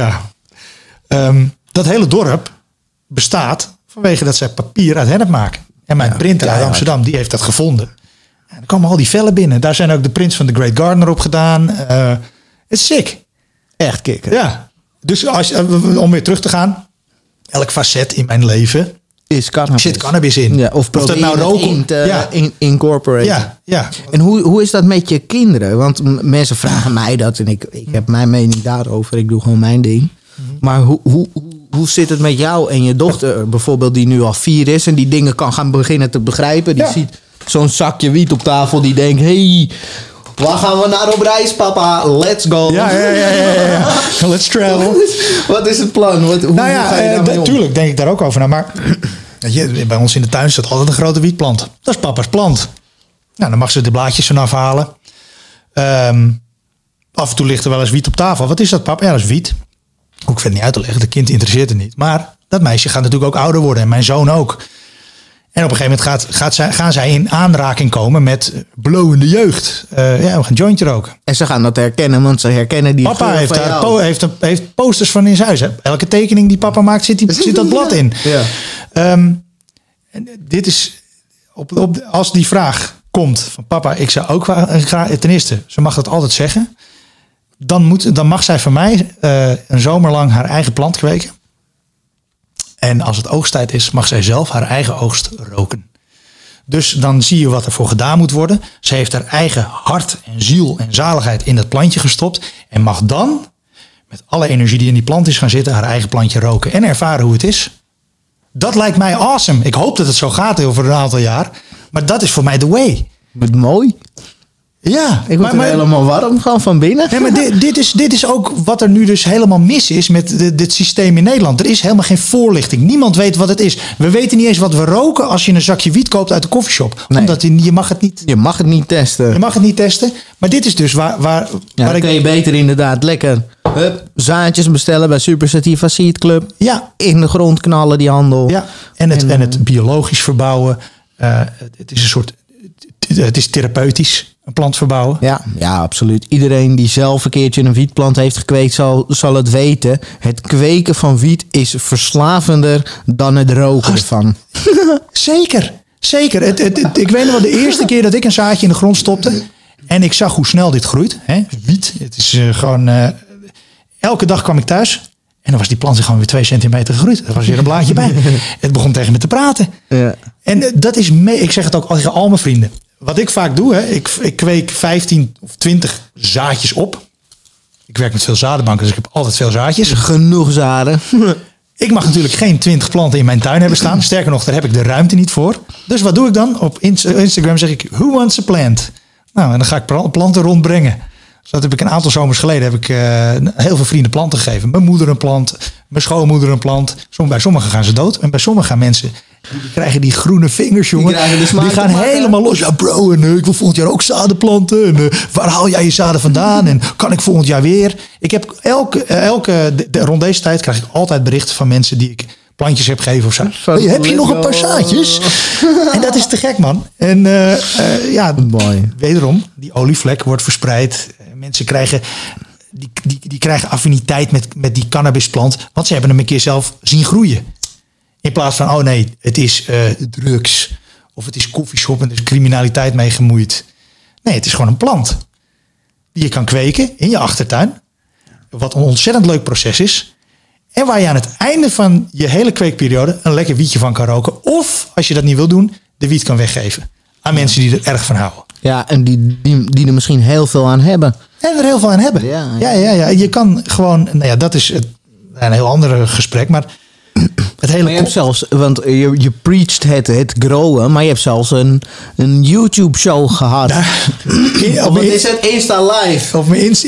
[SPEAKER 1] dat hele dorp bestaat vanwege dat zij papier uit hennep maken. En mijn printer uit Amsterdam, die heeft dat gevonden. En dan komen al die vellen binnen. Daar zijn ook de prints van The Great Gardener op gedaan. Het is sick.
[SPEAKER 2] Echt kicken.
[SPEAKER 1] Ja. Dus om weer terug te gaan. Elk facet in mijn leven
[SPEAKER 2] is cannabis.
[SPEAKER 1] Zit cannabis in.
[SPEAKER 2] Ja, of dat nou roken incorporate.
[SPEAKER 1] Ja.
[SPEAKER 2] En hoe is dat met je kinderen? Want mensen vragen mij dat en ik heb mijn mening daarover. Ik doe gewoon mijn ding. Maar hoe zit het met jou en je dochter bijvoorbeeld die nu al 4 is en die dingen kan gaan beginnen te begrijpen? Die ziet zo'n zakje wiet op tafel die denkt, hey, waar gaan we naar op reis, papa? Let's go.
[SPEAKER 1] Ja. Let's travel.
[SPEAKER 2] Wat is het plan? Hoe ga je daarmee om?
[SPEAKER 1] Tuurlijk denk ik daar ook over na. Maar bij ons in de tuin staat altijd een grote wietplant. Dat is papa's plant. Nou, dan mag ze de blaadjes vanaf halen. Af en toe ligt er wel eens wiet op tafel. Wat is dat, papa? Ja, dat is wiet. Hoef ik verder niet uit te leggen. De kind interesseert het niet. Maar dat meisje gaat natuurlijk ook ouder worden. En mijn zoon ook. En op een gegeven moment gaan zij in aanraking komen met blowende jeugd. We gaan jointje roken.
[SPEAKER 2] En ze gaan dat herkennen, want ze herkennen die
[SPEAKER 1] papa heeft posters van in zijn huis. Hè. Elke tekening die papa maakt, zit dat blad in. Ja. En dit is, als die vraag komt van papa, ik zou ook graag, ten eerste, ze mag dat altijd zeggen. Dan mag zij van mij een zomer lang haar eigen plant kweken. En als het oogsttijd is, mag zij zelf haar eigen oogst roken. Dus dan zie je wat er voor gedaan moet worden. Ze heeft haar eigen hart en ziel en zaligheid in dat plantje gestopt. En mag dan, met alle energie die in die plant is gaan zitten, haar eigen plantje roken. En ervaren hoe het is. Dat lijkt mij awesome. Ik hoop dat het zo gaat over een aantal jaar. Maar dat is voor mij the way.
[SPEAKER 2] Wat mooi.
[SPEAKER 1] Ja,
[SPEAKER 2] Ik word er helemaal warm gewoon van binnen.
[SPEAKER 1] Nee, maar dit is ook wat er nu dus helemaal mis is met dit systeem in Nederland. Er is helemaal geen voorlichting. Niemand weet wat het is. We weten niet eens wat we roken als je een zakje wiet koopt uit de koffieshop.
[SPEAKER 2] Nee.
[SPEAKER 1] Omdat je mag het niet.
[SPEAKER 2] Je mag het niet testen.
[SPEAKER 1] Je mag het niet testen. Maar dit is dus waar
[SPEAKER 2] Dan kun je beter inderdaad lekker zaadjes bestellen bij Super Sativa Seed Club.
[SPEAKER 1] Ja.
[SPEAKER 2] In de grond knallen die handel.
[SPEAKER 1] Ja, en het biologisch verbouwen. Het is een soort. Het is therapeutisch, een plant verbouwen.
[SPEAKER 2] Ja, absoluut. Iedereen die zelf een keertje een wietplant heeft gekweekt zal het weten. Het kweken van wiet is verslavender dan het roken ervan.
[SPEAKER 1] Zeker. Ik weet nog wel de eerste keer dat ik een zaadje in de grond stopte. En ik zag hoe snel dit groeit. Hè? Wiet. Het is gewoon. Elke dag kwam ik thuis. En dan was die plant gewoon weer 2 centimeter gegroeid. Er was weer een blaadje bij. Het begon tegen me te praten. Ja. En dat is ik zeg het ook tegen al mijn vrienden. Wat ik vaak doe, hè, ik kweek 15 of 20 zaadjes op. Ik werk met veel zadenbanken, dus ik heb altijd veel zaadjes.
[SPEAKER 2] Genoeg zaden.
[SPEAKER 1] Ik mag natuurlijk geen 20 planten in mijn tuin hebben staan. Sterker nog, daar heb ik de ruimte niet voor. Dus wat doe ik dan? Op Instagram zeg ik, who wants a plant? Nou, en dan ga ik planten rondbrengen. Dus dat heb ik een aantal zomers geleden heel veel vrienden planten gegeven. Mijn moeder een plant, mijn schoonmoeder een plant. Bij sommigen gaan ze dood. En bij sommigen gaan mensen, die krijgen die groene vingers, jongen. Die gaan helemaal los. Ja bro, en ik wil volgend jaar ook zaden planten. En waar haal jij je zaden vandaan? En kan ik volgend jaar weer? Ik heb rond deze tijd krijg ik altijd berichten van mensen die ik plantjes heb gegeven of zo. Heb je nog een paar zaadjes? En dat is te gek, man. En wederom, die olievlek wordt verspreid. Mensen krijgen, die krijgen affiniteit met die cannabisplant. Want ze hebben hem een keer zelf zien groeien. In plaats van, oh nee, het is drugs. Of het is koffieshop en er is criminaliteit mee gemoeid. Nee, het is gewoon een plant. Die je kan kweken in je achtertuin. Wat een ontzettend leuk proces is. En waar je aan het einde van je hele kweekperiode een lekker wietje van kan roken. Of, als je dat niet wil doen, de wiet kan weggeven. Aan mensen die er erg van houden.
[SPEAKER 2] Ja, en die er misschien heel veel aan hebben.
[SPEAKER 1] En er heel veel aan hebben. Ja. Je kan gewoon, dat is een heel ander gesprek. Maar het hele...
[SPEAKER 2] Maar je hebt zelfs, want je preached het growen, maar je hebt zelfs een YouTube show gehad. Wat is het? Insta Live.
[SPEAKER 1] Op mijn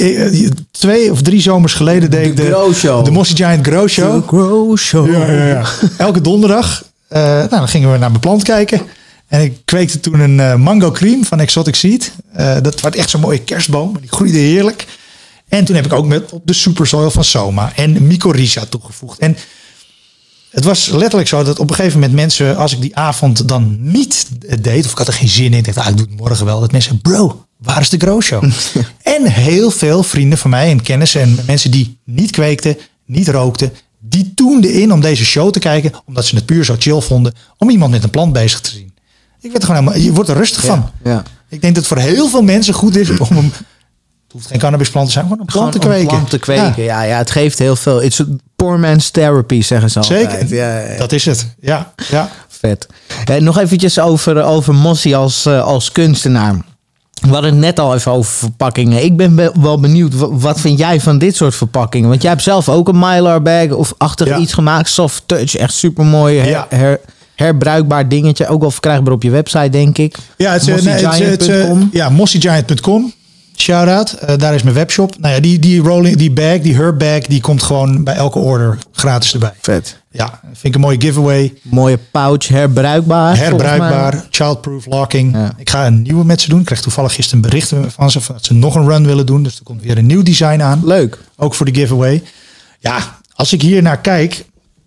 [SPEAKER 1] 2 of 3 zomers geleden deed ik de Mossy Giant Grow Show.
[SPEAKER 2] De Grow Show.
[SPEAKER 1] Ja. Elke donderdag. Dan gingen we naar mijn plant kijken. En ik kweekte toen een mango cream van Exotic Seed. Dat werd echt zo'n mooie kerstboom. Die groeide heerlijk. En toen heb ik ook op de Super Soil van Soma en Mycorrhiza toegevoegd. En het was letterlijk zo dat op een gegeven moment mensen, als ik die avond dan niet deed, of ik had er geen zin in, ik dacht, ik doe het morgen wel. Dat mensen, bro, waar is de Grow Show? En heel veel vrienden van mij en kennissen en mensen die niet kweekten, niet rookten, die toenden in om deze show te kijken, omdat ze het puur zo chill vonden, om iemand met een plant bezig te zien. Ik werd er gewoon helemaal, je wordt er rustig van.
[SPEAKER 2] Ja.
[SPEAKER 1] Ik denk dat het voor heel veel mensen goed is om hem... Het hoeft geen cannabisplant te zijn, gewoon een plant te kweken.
[SPEAKER 2] Plant te kweken, ja, het geeft heel veel. It's a poor man's therapy, zeggen ze altijd.
[SPEAKER 1] Zeker, ja. Dat is het. Ja.
[SPEAKER 2] Vet. Nog eventjes over Mossy als kunstenaar. We hadden het net al even over verpakkingen. Ik ben wel benieuwd, wat vind jij van dit soort verpakkingen? Want jij hebt zelf ook een Mylar bag of achtig iets gemaakt. Soft touch, echt supermooi. Herbruikbaar dingetje. Ook wel verkrijgbaar op je website, denk ik.
[SPEAKER 1] Ja, mossygiant.com. Mossygiant.com. Shout-out. Daar is mijn webshop. Nou ja, die bag, die herb bag, die komt gewoon bij elke order gratis erbij.
[SPEAKER 2] Vet.
[SPEAKER 1] Ja, vind ik een mooie giveaway.
[SPEAKER 2] Mooie pouch, herbruikbaar.
[SPEAKER 1] Childproof locking. Ja. Ik ga een nieuwe met ze doen. Ik kreeg toevallig gisteren een bericht van ze dat ze nog een run willen doen. Dus er komt weer een nieuw design aan.
[SPEAKER 2] Leuk.
[SPEAKER 1] Ook voor de giveaway. Ja, als ik hier naar kijk.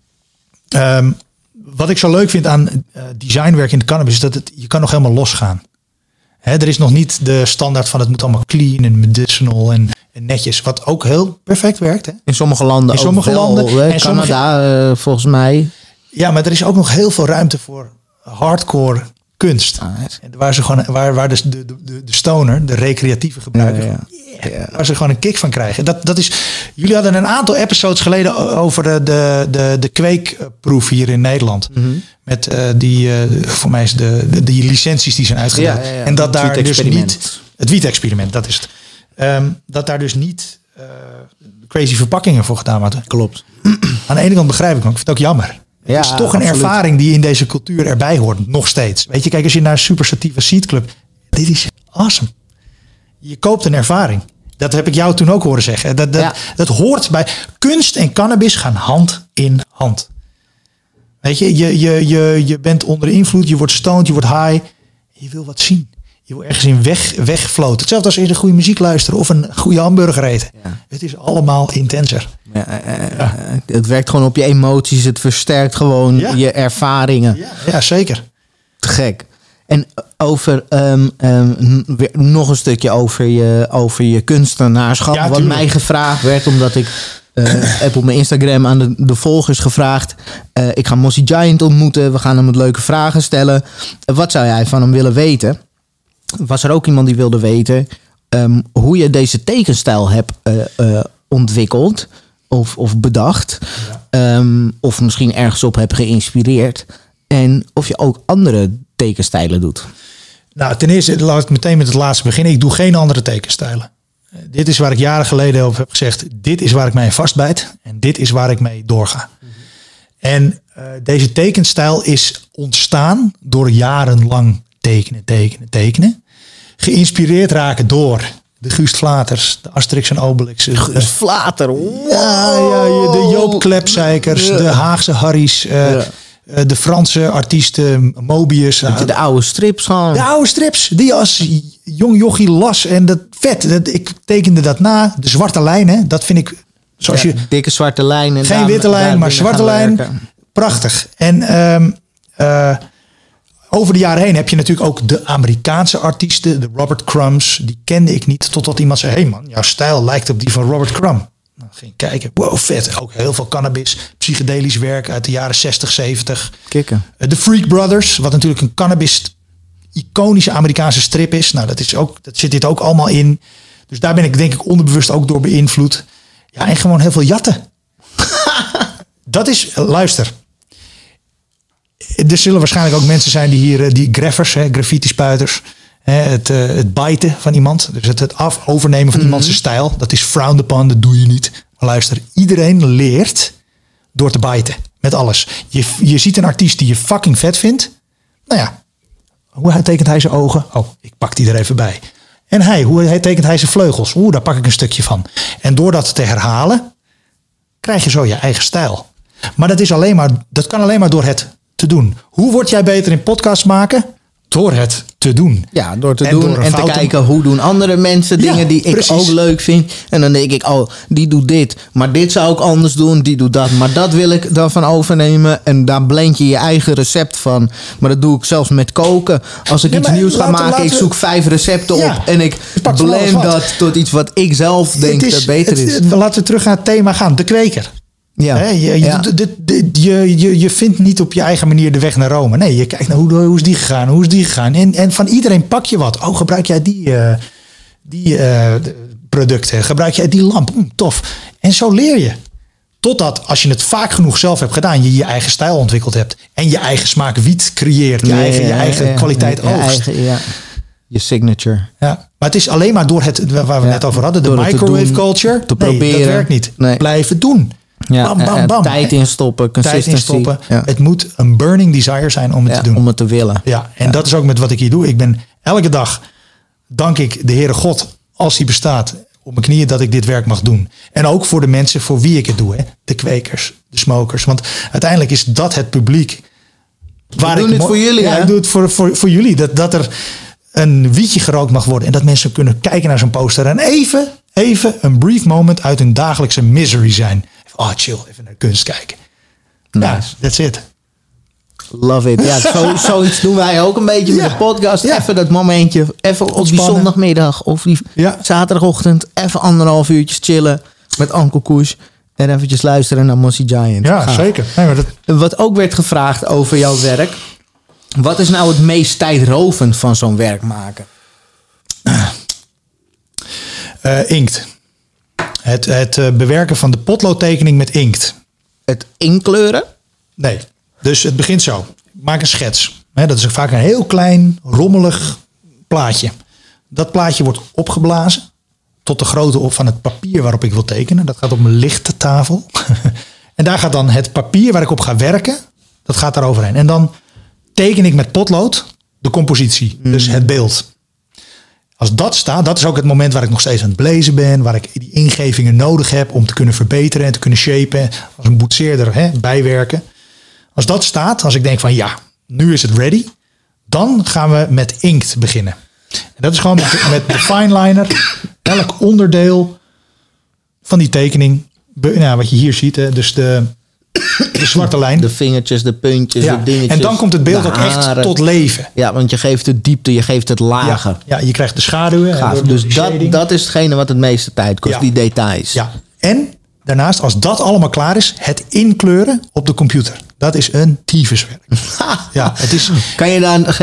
[SPEAKER 1] Wat ik zo leuk vind aan designwerk in de cannabis is dat je kan nog helemaal losgaan. Er is nog niet de standaard van het moet allemaal clean en medicinal en netjes. Wat ook heel perfect werkt. Hè?
[SPEAKER 2] In sommige landen. En Canada volgens mij.
[SPEAKER 1] Ja, maar er is ook nog heel veel ruimte voor hardcore kunst. Waar dus de stoner, de recreatieve gebruiker, waar ze gewoon een kick van krijgen. Dat is. Jullie hadden een aantal episodes geleden over de kweekproef hier in Nederland. Mm-hmm. Met voor mij is die licenties die zijn uitgedeeld. En dat daar dus niet het wiet-experiment, dat is het. Dat daar dus niet crazy verpakkingen voor gedaan worden.
[SPEAKER 2] Klopt.
[SPEAKER 1] Aan de ene kant begrijp ik, maar ik vind het ook jammer. Ja, het is toch een ervaring die in deze cultuur erbij hoort. Nog steeds. Weet je, kijk, als je naar Super Sativa Seed Club. Dit is awesome. Je koopt een ervaring. Dat heb ik jou toen ook horen zeggen. Dat hoort bij... Kunst en cannabis gaan hand in hand. Weet je bent onder invloed, je wordt stoned, je wordt high. Je wil wat zien. Je wil ergens in wegfloten. Hetzelfde als in een goede muziek luisteren of een goede hamburger eten. Ja. Het is allemaal intenser.
[SPEAKER 2] Het werkt gewoon op je emoties. Het versterkt gewoon je ervaringen.
[SPEAKER 1] Ja, zeker.
[SPEAKER 2] Te gek. En over nog een stukje over je kunstenaarschap. Ja, wat mij gevraagd werd, omdat ik heb op mijn Instagram aan de volgers gevraagd. Ik ga Mossy Giant ontmoeten. We gaan hem wat leuke vragen stellen. Wat zou jij van hem willen weten? Was er ook iemand die wilde weten hoe je deze tekenstijl hebt ontwikkeld of bedacht. Ja. Of misschien ergens op hebt geïnspireerd. En of je ook andere tekenstijlen doet.
[SPEAKER 1] Nou, ten eerste, laat ik meteen met het laatste beginnen. Ik doe geen andere tekenstijlen. Dit is waar ik jaren geleden over heb gezegd. Dit is waar ik mij vastbijt. En dit is waar ik mee doorga. Mm-hmm. En deze tekenstijl is ontstaan door jarenlang tekenen. Geïnspireerd raken door de Guust Vlaters, de Asterix en Obelix.
[SPEAKER 2] Guust Vlater, wow.
[SPEAKER 1] Ja, de Joop Klepzeikers, de Haagse Harry's. De Franse artiesten, Mobius.
[SPEAKER 2] De oude strips gewoon.
[SPEAKER 1] De oude strips, die als jong jochie las. En dat vet, ik tekende dat na. De zwarte lijnen, dat vind ik... Zoals je,
[SPEAKER 2] dikke zwarte lijnen.
[SPEAKER 1] Geen witte lijn, maar zwarte lijn. Prachtig. En over de jaren heen heb je natuurlijk ook de Amerikaanse artiesten. De Robert Crumbs, die kende ik niet. Totdat iemand zei, hey man, jouw stijl lijkt op die van Robert Crumb. Nou, ging kijken. Wow, vet. Ook heel veel cannabis. Psychedelisch werk uit de jaren 60, 70.
[SPEAKER 2] Kikken.
[SPEAKER 1] De Freak Brothers, wat natuurlijk een cannabis iconische Amerikaanse strip is. Nou, dat zit dit ook allemaal in. Dus daar ben ik denk ik onderbewust ook door beïnvloed. Ja, en gewoon heel veel jatten. Dat is, luister. Er zullen waarschijnlijk ook mensen zijn die hier, die graffers, graffiti-spuiters. Het bijten van iemand. Dus het overnemen van iemands stijl. Dat is frowned upon, dat doe je niet. Maar luister, iedereen leert door te bijten. Met alles. Je ziet een artiest die je fucking vet vindt. Nou ja, hoe tekent hij zijn ogen? Oh, ik pak die er even bij. En hoe tekent hij zijn vleugels? Daar pak ik een stukje van. En door dat te herhalen, krijg je zo je eigen stijl. Maar dat kan alleen maar door het te doen. Hoe word jij beter in podcast maken? Door het te doen.
[SPEAKER 2] Ja, door te doen en te kijken hoe doen andere mensen dingen die ik ook leuk vind. En dan denk ik, oh, die doet dit. Maar dit zou ik anders doen, die doet dat. Maar dat wil ik dan van overnemen. En daar blend je je eigen recept van. Maar dat doe ik zelfs met koken. Als ik iets nieuws ga maken, ik zoek 5 recepten op. En ik blend dat tot iets wat ik zelf denk dat beter is.
[SPEAKER 1] Laten we terug naar het thema gaan. De kweker.
[SPEAKER 2] Ja.
[SPEAKER 1] Je vindt niet op je eigen manier de weg naar Rome. Nee, je kijkt naar hoe is die gegaan, hoe is die gegaan. En van iedereen pak je wat. Oh, gebruik jij die producten? Gebruik jij die lamp? Tof. En zo leer je. Totdat, als je het vaak genoeg zelf hebt gedaan, je je eigen stijl ontwikkeld hebt. En je eigen smaak wiet creëert. Je eigen kwaliteit oogst.
[SPEAKER 2] Je signature.
[SPEAKER 1] Ja, maar het is alleen maar door waar we net over hadden. De microwave culture.
[SPEAKER 2] Te proberen.
[SPEAKER 1] Dat werkt niet. Nee. Blijven doen.
[SPEAKER 2] Ja, bam, bam. Tijd instoppen, consistency.
[SPEAKER 1] Ja. Het moet een burning desire zijn om het te doen.
[SPEAKER 2] Om het te willen.
[SPEAKER 1] Ja, en dat is ook met wat ik hier doe. Ik ben elke dag, dank ik de Heere God, als hij bestaat, op mijn knieën dat ik dit werk mag doen. En ook voor de mensen voor wie ik het doe. Hè? De kwekers, de smokers. Want uiteindelijk is dat het publiek.
[SPEAKER 2] Ik doe het voor jullie.
[SPEAKER 1] Ja, ik doe het voor jullie. Dat er een wietje gerookt mag worden. En dat mensen kunnen kijken naar zo'n poster. En even een brief moment uit hun dagelijkse misery zijn. Oh, chill, even naar kunst kijken.
[SPEAKER 2] Nice.
[SPEAKER 1] Ja, that's it.
[SPEAKER 2] Love it. Ja, zoiets doen wij ook een beetje met de podcast. Ja. Even dat momentje, even op die zondagmiddag of die zaterdagochtend, even 1,5 uurtjes chillen met Uncle Koes en eventjes luisteren naar Mossy Giant.
[SPEAKER 1] Ja, gaaf. Zeker. Nee, maar
[SPEAKER 2] Wat ook werd gevraagd over jouw werk. Wat is nou het meest tijdrovend van zo'n werk maken?
[SPEAKER 1] Inkt. Het bewerken van de potloodtekening met inkt.
[SPEAKER 2] Het inkleuren?
[SPEAKER 1] Nee. Dus het begint zo. Maak een schets. Dat is vaak een heel klein, rommelig plaatje. Dat plaatje wordt opgeblazen tot de grootte op van het papier waarop ik wil tekenen. Dat gaat op mijn lichte tafel. En daar gaat dan het papier waar ik op ga werken, dat gaat daar overheen. En dan teken ik met potlood de compositie. Dus het beeld. Als dat staat, dat is ook het moment waar ik nog steeds aan het blazen ben. Waar ik die ingevingen nodig heb om te kunnen verbeteren en te kunnen shapen. Als een boetseerder bijwerken. Als dat staat, als ik denk van ja, nu is het ready. Dan gaan we met inkt beginnen. En dat is gewoon met de fineliner. Elk onderdeel van die tekening. Wat je hier ziet. Dus de zwarte lijn.
[SPEAKER 2] De vingertjes, de puntjes, de dingetjes.
[SPEAKER 1] En dan komt het beeld ook echt tot leven.
[SPEAKER 2] Ja, want je geeft het diepte, je geeft het lagen.
[SPEAKER 1] Ja, je krijgt de schaduwen.
[SPEAKER 2] Gaaf. Dus dat is hetgene wat het meeste tijd kost, die details.
[SPEAKER 1] Ja, en daarnaast, als dat allemaal klaar is, het inkleuren op de computer. Dat is een tyfuswerk. Ja, het is...
[SPEAKER 2] Kan je daar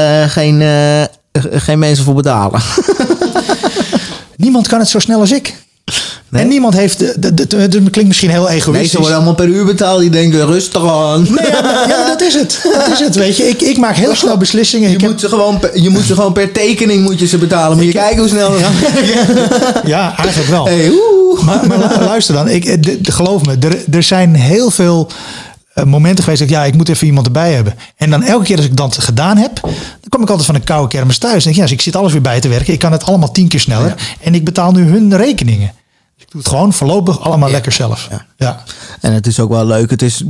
[SPEAKER 2] geen mensen voor betalen?
[SPEAKER 1] Niemand kan het zo snel als ik. Nee? En niemand heeft... Het klinkt misschien heel egoïstisch.
[SPEAKER 2] Nee, ze worden allemaal per uur betaald. Die denken, rustig aan.
[SPEAKER 1] Nee, ja, dat is het. Dat is het, weet je. Ik maak heel snel beslissingen.
[SPEAKER 2] Je moet ze gewoon per tekening moet je ze betalen. Moet je kijken hoe snel...
[SPEAKER 1] Ja, eigenlijk wel.
[SPEAKER 2] Hey,
[SPEAKER 1] maar luister dan. Geloof me, er zijn heel veel momenten geweest dat ik moet even iemand erbij hebben. En dan elke keer als ik dat gedaan heb, dan kom ik altijd van een koude kermis thuis. En denk ik, ik zit alles weer bij te werken. Ik kan het allemaal 10 keer sneller. Ja. En ik betaal nu hun rekeningen. Dus ik doe het gewoon voorlopig allemaal lekker zelf. Ja.
[SPEAKER 2] En het is ook wel leuk. Het is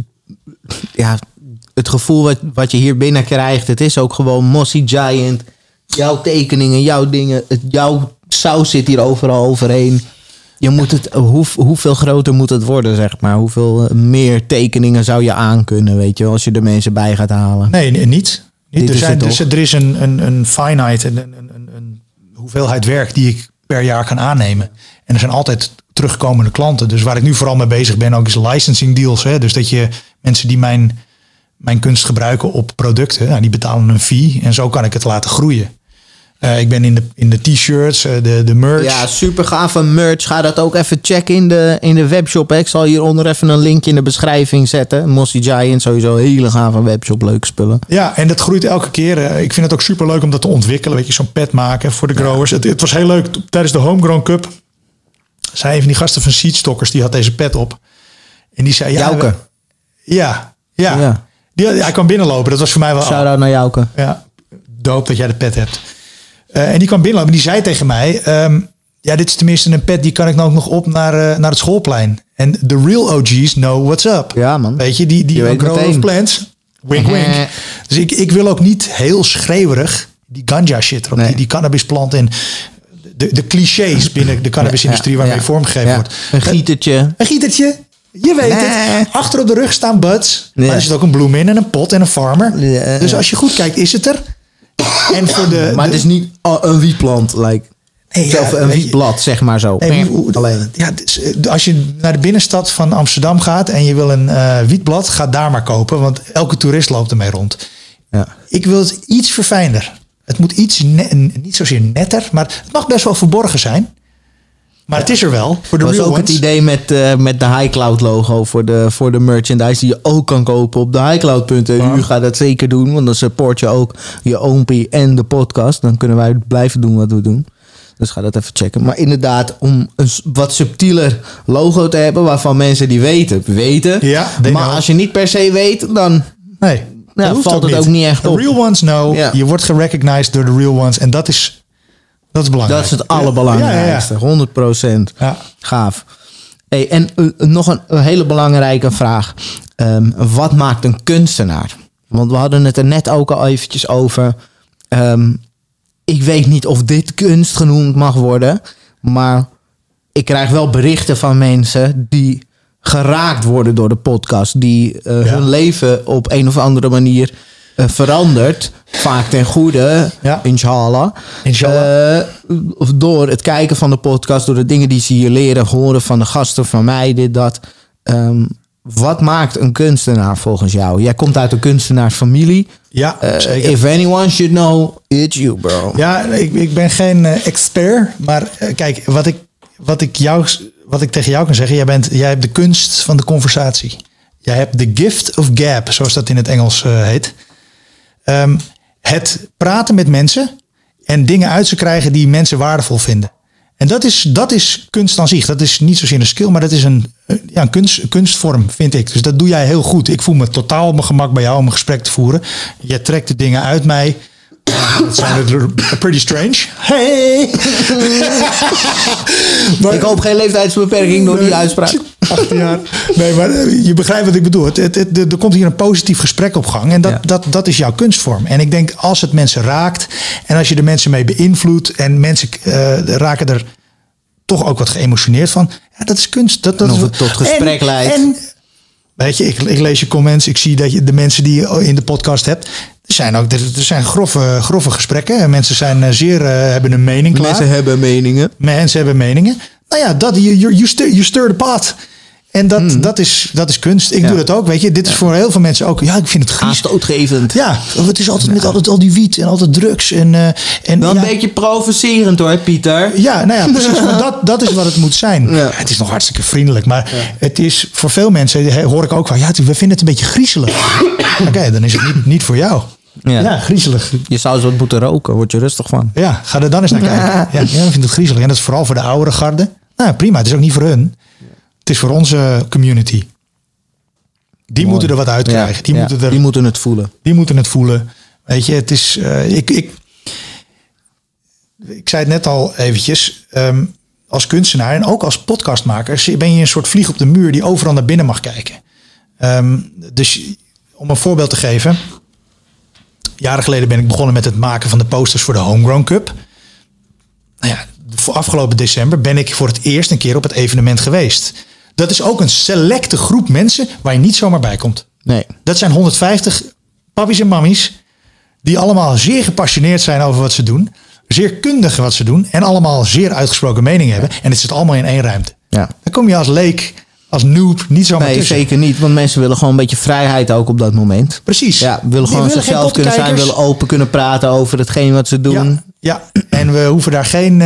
[SPEAKER 2] het gevoel wat je hier binnen krijgt. Het is ook gewoon Mossy Giant. Jouw tekeningen, jouw dingen. Jouw saus zit hier overal overheen. Je moet het, hoeveel groter moet het worden, zeg maar? Hoeveel meer tekeningen zou je aankunnen, weet je, als je er mensen bij gaat halen?
[SPEAKER 1] Nee, niet. Er is een finite, een hoeveelheid werk die ik per jaar kan aannemen. En er zijn altijd terugkomende klanten. Dus waar ik nu vooral mee bezig ben ook is licensing deals. Hè? Dus dat je mensen die mijn kunst gebruiken op producten, die betalen een fee. En zo kan ik het laten groeien. Ik ben in de t-shirts, de merch.
[SPEAKER 2] Ja, super gave merch. Ga dat ook even checken in de webshop. Hè. Ik zal hieronder even een linkje in de beschrijving zetten. Mossy Giant, sowieso een hele gave webshop. Leuke spullen.
[SPEAKER 1] Ja, en dat groeit elke keer. Ik vind het ook super leuk om dat te ontwikkelen. Weet je, zo'n pet maken voor de growers. Het was heel leuk. Tijdens de Homegrown Cup zei een van die gasten van Seedstockers, die had deze pet op. En die zei...
[SPEAKER 2] Jouke.
[SPEAKER 1] Ja. Hij kwam binnenlopen. Dat was voor mij wel...
[SPEAKER 2] Shout-out naar Jouke.
[SPEAKER 1] Ja, dope dat jij de pet hebt. En die kwam binnenlopen en die zei tegen mij... dit is tenminste een pet, die kan ik nou ook nog op naar het schoolplein. En the real OG's know what's up.
[SPEAKER 2] Ja, man.
[SPEAKER 1] Weet je, die grow of plants. Wink, wink. Dus ik wil ook niet heel schreeuwerig die ganja shit erop. Die cannabisplant en de clichés binnen de cannabisindustrie waarmee vormgegeven wordt.
[SPEAKER 2] Een gietertje.
[SPEAKER 1] Je weet het. Achter op de rug staan buds. Maar er zit ook een bloem in en een pot en een farmer. Dus als je goed kijkt, is het er. En voor
[SPEAKER 2] het is niet een wietplant. Een wietblad, zeg maar zo.
[SPEAKER 1] Alleen. Ja, als je naar de binnenstad van Amsterdam gaat en je wil een wietblad, ga daar maar kopen. Want elke toerist loopt ermee rond. Ja. Ik wil het iets verfijnder. Het moet iets, niet zozeer netter, maar het mag best wel verborgen zijn. Maar het is er wel. Voor de real
[SPEAKER 2] ook
[SPEAKER 1] ones.
[SPEAKER 2] Het idee met de iCloud logo voor de merchandise die je ook kan kopen op de iCloud.eu. Ga dat zeker doen, want dan support je ook je oompie en de podcast. Dan kunnen wij blijven doen wat we doen. Dus ga dat even checken. Maar inderdaad, om een wat subtieler logo te hebben waarvan mensen die weten.
[SPEAKER 1] Ja,
[SPEAKER 2] maar als je niet per se weet, dan...
[SPEAKER 1] Nee.
[SPEAKER 2] valt het ook niet echt op.
[SPEAKER 1] The real ones know. Ja. Je wordt gerecognized door de real ones. En dat is belangrijk.
[SPEAKER 2] Dat is het allerbelangrijkste. 100%.
[SPEAKER 1] Ja.
[SPEAKER 2] Gaaf. Hey, en nog een hele belangrijke vraag. Wat maakt een kunstenaar? Want we hadden het er net ook al eventjes over. Ik weet niet of dit kunst genoemd mag worden. Maar ik krijg wel berichten van mensen die geraakt worden door de podcast. Die hun leven op een of andere manier verandert. Vaak ten goede. Ja. Inshallah. Door het kijken van de podcast. Door de dingen die ze hier leren. Horen van de gasten van mij. Dit, dat. Wat maakt een kunstenaar volgens jou? Jij komt uit een kunstenaarsfamilie.
[SPEAKER 1] Ja, zeker.
[SPEAKER 2] If anyone should know, it's you, bro.
[SPEAKER 1] Ja, ik ben geen expert. Maar kijk, wat ik tegen jou kan zeggen. Jij hebt de kunst van de conversatie. Jij hebt the gift of gab, zoals dat in het Engels heet. Het praten met mensen en dingen uit te krijgen die mensen waardevol vinden. En dat is kunst aan zich. Dat is niet zozeer een skill, maar dat is een kunstvorm, vind ik. Dus dat doe jij heel goed. Ik voel me totaal op mijn gemak bij jou om een gesprek te voeren. Jij trekt de dingen uit mij Dat zijn er pretty strange. Hey!
[SPEAKER 2] Maar, ik hoop geen leeftijdsbeperking door die uitspraak.
[SPEAKER 1] 18 jaar. Nee, maar je begrijpt wat ik bedoel. Er komt hier een positief gesprek op gang. En dat is jouw kunstvorm. En ik denk, als het mensen raakt... en als je de mensen mee beïnvloedt... en mensen raken er toch ook wat geëmotioneerd van... ja, dat is kunst. Dat
[SPEAKER 2] of
[SPEAKER 1] is
[SPEAKER 2] het tot gesprek leidt.
[SPEAKER 1] En weet je, ik lees je comments. Ik zie dat je de mensen die je in de podcast hebt... Er zijn grove gesprekken. En mensen zijn hebben een mening klaar.
[SPEAKER 2] Mensen hebben meningen.
[SPEAKER 1] Nou ja, you stir the pot. En dat is kunst. Ik doe dat ook, weet je. Dit is voor heel veel mensen ook... Ja, ik vind het griezelig.
[SPEAKER 2] Aanstootgevend.
[SPEAKER 1] Ja, het is altijd met al die wiet en altijd drugs. En
[SPEAKER 2] wel een beetje provocerend hoor, Pieter.
[SPEAKER 1] Ja, nou ja, precies. Maar dat is wat het moet zijn. Ja. Het is nog hartstikke vriendelijk. Maar het is voor veel mensen... hoor ik ook wel... Ja, we vinden het een beetje griezelig. Oké, dan is het niet voor jou. Ja, griezelig.
[SPEAKER 2] Je zou zo wat moeten roken, word je rustig van.
[SPEAKER 1] Ja, ga er dan eens naar kijken. Ja, dan vind het griezelig. En dat is vooral voor de oudere garde. Nou, prima. Het is ook niet voor hun. Het is voor onze community. Die moeten er wat uit krijgen. Die
[SPEAKER 2] moeten het voelen.
[SPEAKER 1] Die moeten het voelen. Weet je, het is... Ik zei het net al eventjes. Als kunstenaar en ook als podcastmaker... ben je een soort vlieg op de muur... die overal naar binnen mag kijken. Dus om een voorbeeld te geven... Jaren geleden ben ik begonnen met het maken van de posters voor de Homegrown Cup. Nou ja, afgelopen december ben ik voor het eerst een keer op het evenement geweest. Dat is ook een selecte groep mensen waar je niet zomaar bij komt.
[SPEAKER 2] Nee.
[SPEAKER 1] Dat zijn 150 pappies en mammies die allemaal zeer gepassioneerd zijn over wat ze doen. Zeer kundig wat ze doen en allemaal zeer uitgesproken meningen hebben. En het zit allemaal in één ruimte.
[SPEAKER 2] Ja.
[SPEAKER 1] Dan kom je als leek... Als noob niet zomaar tussen.
[SPEAKER 2] Nee, zeker niet. Want mensen willen gewoon een beetje vrijheid ook op dat moment.
[SPEAKER 1] Precies.
[SPEAKER 2] Ja, willen gewoon zichzelf kunnen zijn. Willen open kunnen praten over hetgeen wat ze doen.
[SPEAKER 1] Ja. En we hoeven daar geen...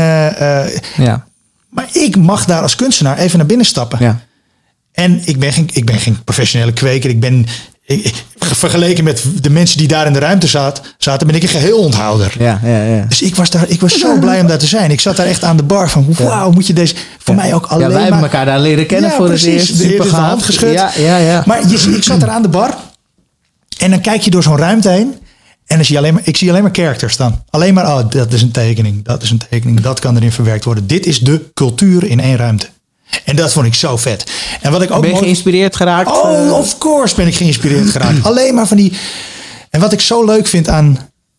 [SPEAKER 1] Maar ik mag daar als kunstenaar even naar binnen stappen. Ja. En ik ben geen professionele kweker. Vergeleken met de mensen die daar in de ruimte zaten, ben ik een geheel onthouder.
[SPEAKER 2] Ja.
[SPEAKER 1] Dus ik was zo blij om daar te zijn. Ik zat daar echt aan de bar van, wauw, moet je deze... Voor mij ook alleen maar...
[SPEAKER 2] wij hebben elkaar daar leren kennen voor het eerst.
[SPEAKER 1] Super gaaf. De hand geschud. Ja. Maar ik zat daar aan de bar en dan kijk je door zo'n ruimte heen en dan zie je ik zie alleen maar characters staan. Alleen maar, dat is een tekening, dat kan erin verwerkt worden. Dit is de cultuur in één ruimte. En dat vond ik zo vet. En wat ik ook
[SPEAKER 2] ben je geïnspireerd geraakt?
[SPEAKER 1] Oh, of course ben ik geïnspireerd geraakt. Alleen maar van die... En wat ik zo leuk vind aan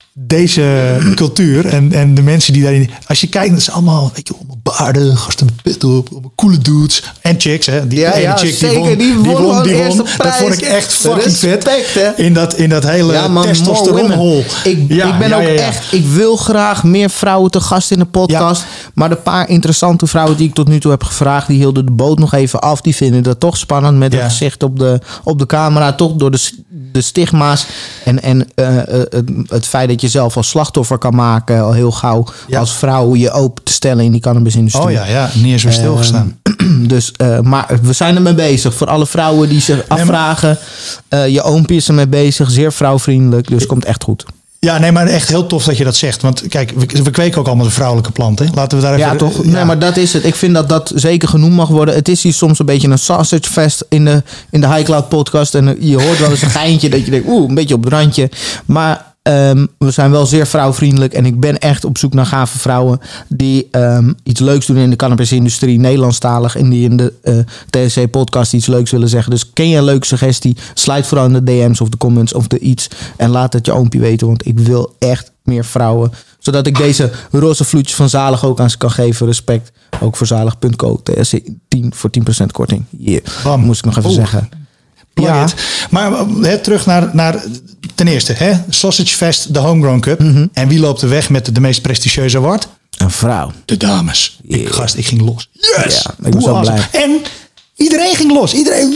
[SPEAKER 1] deze cultuur en de mensen die daarin... Als je kijkt, dat is allemaal, weet je, allemaal baarden, gasten met pit op, allemaal coole dudes. En chicks, hè. Die ene chick
[SPEAKER 2] zeker,
[SPEAKER 1] die won. Dat vond ik echt fucking vet. In dat hele testosteronhol.
[SPEAKER 2] Ik ben ook echt... Ik wil graag meer vrouwen te gast in de podcast. Ja. Maar de paar interessante vrouwen die ik tot nu toe heb gevraagd... die hielden de boot nog even af. Die vinden dat toch spannend met het gezicht op de camera. Toch door de stigma's en het feit dat je zelf als slachtoffer kan maken... al heel gauw als vrouw je open te stellen in die cannabisindustrie.
[SPEAKER 1] Oh ja, niet eens weer stilgestaan.
[SPEAKER 2] Dus, maar we zijn ermee bezig. Voor alle vrouwen die zich afvragen... je oompje is ermee bezig, zeer vrouwvriendelijk. Dus het komt echt goed. Ja,
[SPEAKER 1] nee, maar echt heel tof dat je dat zegt. Want kijk, we kweken ook allemaal de vrouwelijke planten. Laten we daar even...
[SPEAKER 2] Ja, toch? Nee, maar dat is het. Ik vind dat zeker genoemd mag worden. Het is hier soms een beetje een sausage fest in de High Cloud podcast. En je hoort wel eens een geintje dat je denkt... een beetje op het randje. Maar... we zijn wel zeer vrouwvriendelijk en ik ben echt op zoek naar gave vrouwen die iets leuks doen in de cannabisindustrie, Nederlandstalig, en die in de TSC-podcast iets leuks willen zeggen. Dus ken je een leuke suggestie? Sluit vooral in de DM's of de comments of de iets en laat het je oompje weten, want ik wil echt meer vrouwen, zodat ik deze roze vloedjes van Zalig ook aan ze kan geven. Respect, ook voor zalig.co, TSC 10 voor 10% korting. Yeah. Moest ik nog even zeggen.
[SPEAKER 1] Ja. Maar terug naar ten eerste, Sausage Fest, de Homegrown Cup. Mm-hmm. En wie loopt de weg met de meest prestigieuze award?
[SPEAKER 2] Een vrouw.
[SPEAKER 1] De dames.
[SPEAKER 2] Yeah.
[SPEAKER 1] Ik ging los. Yes!
[SPEAKER 2] Ja, ik ben zo blij.
[SPEAKER 1] En iedereen ging los. Iedereen.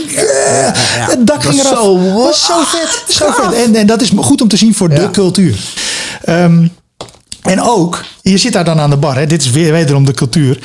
[SPEAKER 1] Het dak ging eraf. Was zo vet. Zo vet. En dat is goed om te zien voor de cultuur. En ook, je zit daar dan aan de bar. Dit is wederom de cultuur.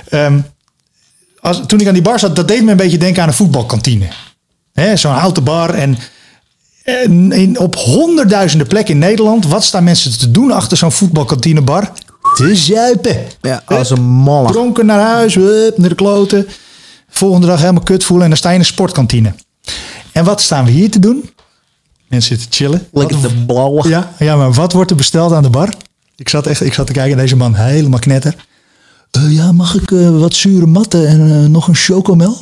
[SPEAKER 1] Toen ik aan die bar zat, dat deed me een beetje denken aan een voetbalkantine. Zo'n houten bar en op honderdduizenden plekken in Nederland. Wat staan mensen te doen achter zo'n voetbalkantinebar? Te zuipen.
[SPEAKER 2] Ja, als een malle.
[SPEAKER 1] Dronken naar huis, naar de kloten. Volgende dag helemaal kut voelen en dan sta je in een sportkantine. En wat staan we hier te doen? Mensen zitten chillen.
[SPEAKER 2] Lekker te blauwen.
[SPEAKER 1] Ja, maar wat wordt er besteld aan de bar? Ik zat te kijken en deze man helemaal knetter. Ja, mag ik wat zure matten en nog een chocomel?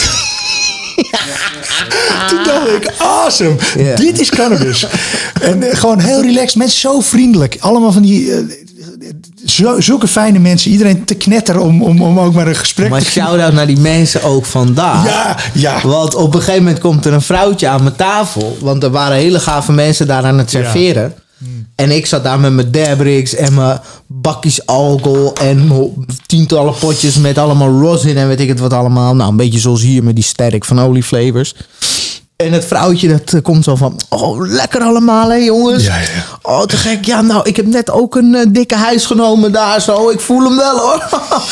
[SPEAKER 1] Toen dacht ik, awesome.
[SPEAKER 2] Ja.
[SPEAKER 1] Dit is cannabis. En gewoon heel relaxed. Mensen zo vriendelijk. Allemaal van die... zulke fijne mensen. Iedereen te knetteren om ook maar een gesprek
[SPEAKER 2] Maar
[SPEAKER 1] te
[SPEAKER 2] shout-out naar die mensen ook vandaag.
[SPEAKER 1] Ja.
[SPEAKER 2] Want op een gegeven moment komt er een vrouwtje aan mijn tafel. Want er waren hele gave mensen daar aan het serveren. En ik zat daar met mijn dabrix en mijn bakjes alcohol en mijn tientallen potjes met allemaal rosin en weet ik het wat allemaal. Nou, een beetje zoals hier met die sterk van Oliflavors. En het vrouwtje dat komt zo van, oh, lekker allemaal hè jongens.
[SPEAKER 1] Ja.
[SPEAKER 2] Oh, te gek. Ja, nou, ik heb net ook een dikke hijs genomen daar zo. Ik voel hem wel hoor.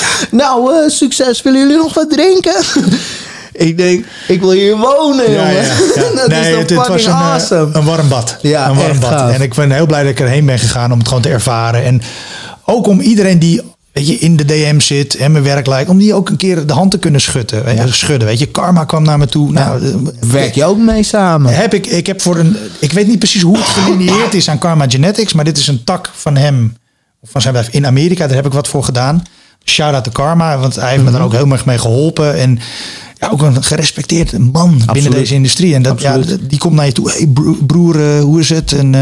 [SPEAKER 2] Nou, succes. Willen jullie nog wat drinken? Ik denk, ik wil hier wonen, jongen.
[SPEAKER 1] Ja.
[SPEAKER 2] Dat is toch
[SPEAKER 1] het was
[SPEAKER 2] awesome.
[SPEAKER 1] een warm bad.
[SPEAKER 2] Ja,
[SPEAKER 1] een warm
[SPEAKER 2] echt
[SPEAKER 1] bad.
[SPEAKER 2] gaaf.
[SPEAKER 1] En ik ben heel blij dat ik erheen ben gegaan om het gewoon te ervaren. En ook om iedereen die in de DM zit en mijn werk lijkt, om die ook een keer de hand te kunnen schudden. Weet je, Karma kwam naar me toe. Nou,
[SPEAKER 2] werk je ook mee samen?
[SPEAKER 1] Ik heb ik weet niet precies hoe het gelineerd is aan Karma Genetics, maar dit is een tak van hem, van zijn bedrijf in Amerika. Daar heb ik wat voor gedaan. Shout-out to Karma, want hij heeft me daar ook heel erg mee geholpen. En ja, ook een gerespecteerd man binnen deze industrie. En die komt naar je toe. Hey broer, hoe is het? En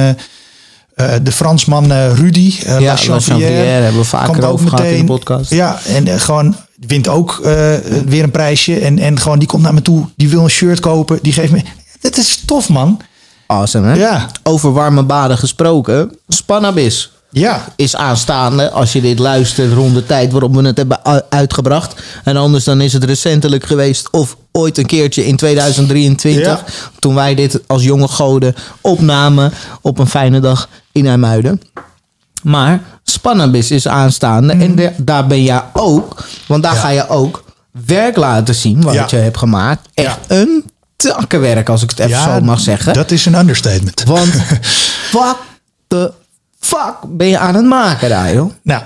[SPEAKER 1] de Fransman Rudy.
[SPEAKER 2] La Chanvrière hebben we vaker over gehad in de podcast.
[SPEAKER 1] Ja, en gewoon wint ook weer een prijsje. En gewoon die komt naar me toe. Die wil een shirt kopen. Die geeft me... Dat is tof, man.
[SPEAKER 2] Awesome, hè?
[SPEAKER 1] Ja.
[SPEAKER 2] Over warme baden gesproken. Spannabis.
[SPEAKER 1] Ja.
[SPEAKER 2] Is aanstaande als je dit luistert rond de tijd waarop we het hebben uitgebracht. En anders dan is het recentelijk geweest of ooit een keertje in 2023.
[SPEAKER 1] Ja.
[SPEAKER 2] Toen wij dit als jonge goden opnamen op een fijne dag in IJmuiden. Maar Spannabis is aanstaande en daar ben jij ook. Want daar ga je ook werk laten zien wat je hebt gemaakt. Echt een takkenwerk als ik het even zo mag zeggen.
[SPEAKER 1] Dat is een understatement.
[SPEAKER 2] Want what the fuck ben je aan het maken daar, joh?
[SPEAKER 1] Nou,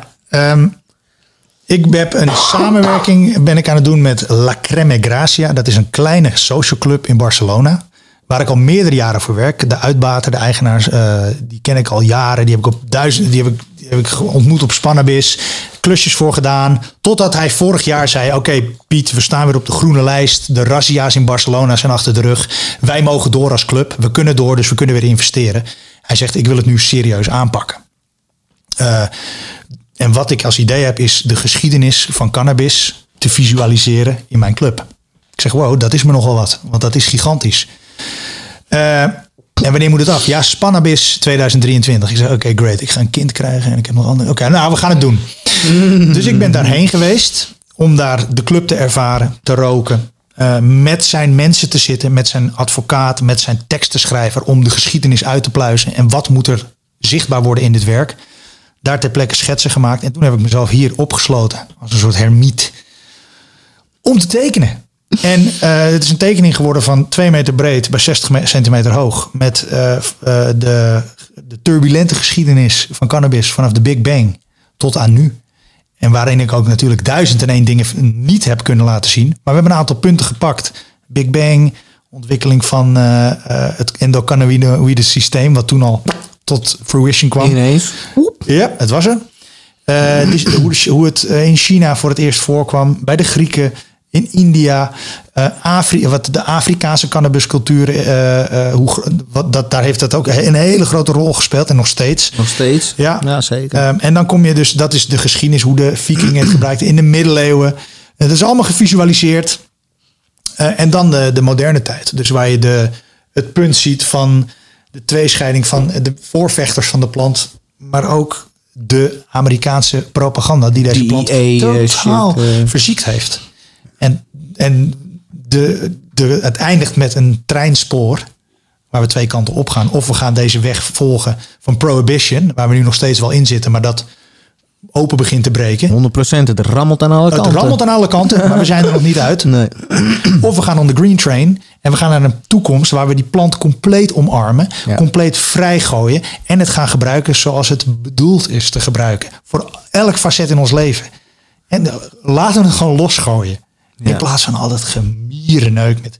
[SPEAKER 1] ik heb een samenwerking aan het doen met La Creme Gracia. Dat is een kleine social club in Barcelona. Waar ik al meerdere jaren voor werk. De uitbater, de eigenaars, die ken ik al jaren. Die heb ik ontmoet op Spannabis. Klusjes voor gedaan. Totdat hij vorig jaar zei, oké, Piet, we staan weer op de groene lijst. De razzia's in Barcelona zijn achter de rug. Wij mogen door als club. We kunnen door, dus we kunnen weer investeren. Hij zegt, ik wil het nu serieus aanpakken. En wat ik als idee heb, is de geschiedenis van cannabis te visualiseren in mijn club. Ik zeg, wow, dat is me nogal wat. Want dat is gigantisch. En wanneer moet het af? Ja, Spannabis 2023. Ik zeg, oké, great. Ik ga een kind krijgen en ik heb nog andere. Oké, nou, we gaan het doen. Dus ik ben daarheen geweest om daar de club te ervaren, te roken. Met zijn mensen te zitten, met zijn advocaat, met zijn tekstenschrijver, om de geschiedenis uit te pluizen. En wat moet er zichtbaar worden in dit werk? Daar ter plekke schetsen gemaakt. En toen heb ik mezelf hier opgesloten als een soort hermiet om te tekenen. En het is een tekening geworden van 2 meter breed bij 60 centimeter hoog. Met de turbulente geschiedenis van cannabis vanaf de Big Bang tot aan nu. En waarin ik ook natuurlijk 1001 dingen niet heb kunnen laten zien. Maar we hebben een aantal punten gepakt. Big Bang, ontwikkeling van het endocannabinoïde systeem, wat toen al tot fruition kwam.
[SPEAKER 2] Ineens.
[SPEAKER 1] Ja, het was er. Hoe het in China voor het eerst voorkwam. Bij de Grieken, in India, wat de Afrikaanse cannabiscultuur, daar heeft dat ook een hele grote rol gespeeld en nog steeds.
[SPEAKER 2] Nog steeds? Ja zeker.
[SPEAKER 1] En dan kom je dus, dat is de geschiedenis, hoe de vikingen het gebruikten in de middeleeuwen. Het is allemaal gevisualiseerd. En dan de moderne tijd. Dus waar je het punt ziet van de tweescheiding van de voorvechters van de plant, maar ook de Amerikaanse propaganda die deze plant totaal verziekt heeft. En het eindigt met een treinspoor waar we 2 kanten op gaan. Of we gaan deze weg volgen van prohibition, waar we nu nog steeds wel in zitten, maar dat open begint te breken.
[SPEAKER 2] 100%, het rammelt aan alle kanten.
[SPEAKER 1] Het rammelt aan alle kanten, maar we zijn er nog niet uit.
[SPEAKER 2] Nee.
[SPEAKER 1] Of we gaan on the green train en we gaan naar een toekomst waar we die plant compleet omarmen, compleet vrijgooien en het gaan gebruiken zoals het bedoeld is te gebruiken. Voor elk facet in ons leven. En laten we het gewoon losgooien. In plaats van al dat gemierenneuk met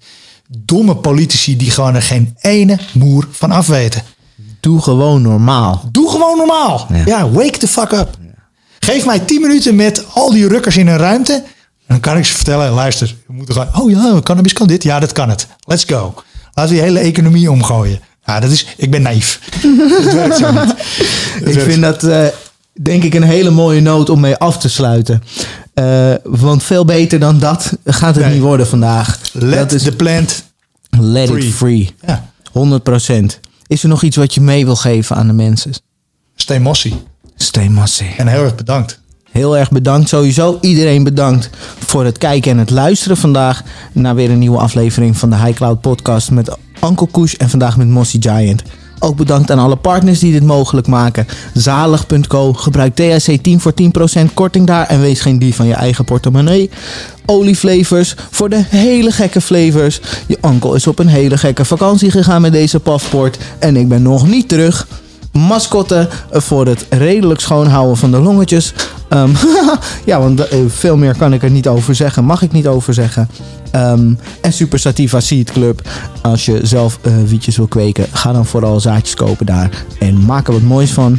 [SPEAKER 1] domme politici die gewoon er geen ene moer van afweten.
[SPEAKER 2] Doe gewoon normaal.
[SPEAKER 1] Doe gewoon normaal. Ja, wake the fuck up. Geef mij 10 minuten met al die rukkers in een ruimte. En dan kan ik ze vertellen, luister, we moeten gewoon, oh ja, cannabis kan dit. Ja, dat kan het. Let's go. Laten we die hele economie omgooien. Ja, ik ben naïef. Dat werkt zo niet.
[SPEAKER 2] Ik vind dat, denk ik, een hele mooie noot om mee af te sluiten. Want veel beter dan dat gaat het niet worden vandaag.
[SPEAKER 1] Let the plant
[SPEAKER 2] Let it free.
[SPEAKER 1] Ja.
[SPEAKER 2] 100%. Is er nog iets wat je mee wil geven aan de mensen?
[SPEAKER 1] Stay mossy.
[SPEAKER 2] Stay mossy.
[SPEAKER 1] En heel erg bedankt.
[SPEAKER 2] Heel erg bedankt sowieso. Iedereen bedankt voor het kijken en het luisteren vandaag naar weer een nieuwe aflevering van de High Cloud podcast met Uncle Kush en vandaag met Mossy Giant. Ook bedankt aan alle partners die dit mogelijk maken. Zalig.co. Gebruik THC 10 voor 10% korting daar en wees geen dief van je eigen portemonnee. Olieflavors voor de hele gekke flavors. Je onkel is op een hele gekke vakantie gegaan met deze paspoort en ik ben nog niet terug. Mascotten voor het redelijk schoonhouden van de longetjes. Ja, want veel meer kan ik er niet over zeggen. Mag ik niet over zeggen. En Super Sativa Seed Club. Als je zelf wietjes wil kweken, ga dan vooral zaadjes kopen daar. En maak er wat moois van.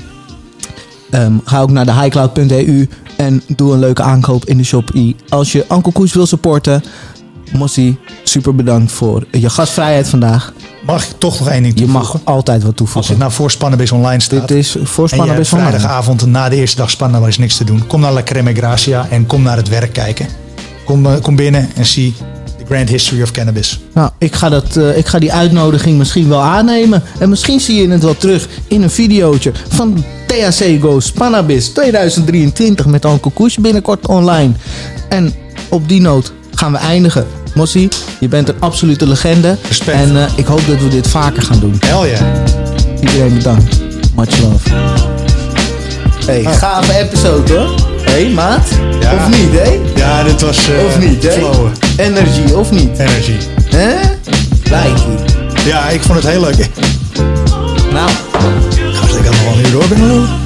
[SPEAKER 2] Ga ook naar de highcloud.eu en doe een leuke aankoop in de Shopee. Als je Uncle Kush wil supporten. Mossy, super bedankt voor je gastvrijheid vandaag.
[SPEAKER 1] Mag ik toch nog één ding toevoegen?
[SPEAKER 2] Je mag altijd wat toevoegen.
[SPEAKER 1] Als het nou voor Spannabis online staat.
[SPEAKER 2] Dit is voor Spannabis
[SPEAKER 1] online. Vrijdagavond na de eerste dag Spannabis niks te doen. Kom naar La Creme Gracia en kom naar het werk kijken. Kom binnen en zie the grand history of cannabis.
[SPEAKER 2] Nou, ik ga die uitnodiging misschien wel aannemen. En misschien zie je het wel terug in een videootje van THC Go Spannabis 2023 met Uncle Kush binnenkort online. En op die noot gaan we eindigen. Mossy, je bent een absolute legende.
[SPEAKER 1] Respect.
[SPEAKER 2] En ik hoop dat we dit vaker gaan doen.
[SPEAKER 1] Hell yeah.
[SPEAKER 2] Iedereen bedankt. Much love. Hey, gave episode hoor. Hey, maat.
[SPEAKER 1] Ja.
[SPEAKER 2] Of niet, hè?
[SPEAKER 1] Ja, dit was
[SPEAKER 2] of niet, hè?
[SPEAKER 1] flowen.
[SPEAKER 2] Energie, of niet?
[SPEAKER 1] Energy.
[SPEAKER 2] Hè? Like.
[SPEAKER 1] Ja, ik vond het heel leuk.
[SPEAKER 2] Nou.
[SPEAKER 1] Gast, ik had nog wel een uur door kunnen doen.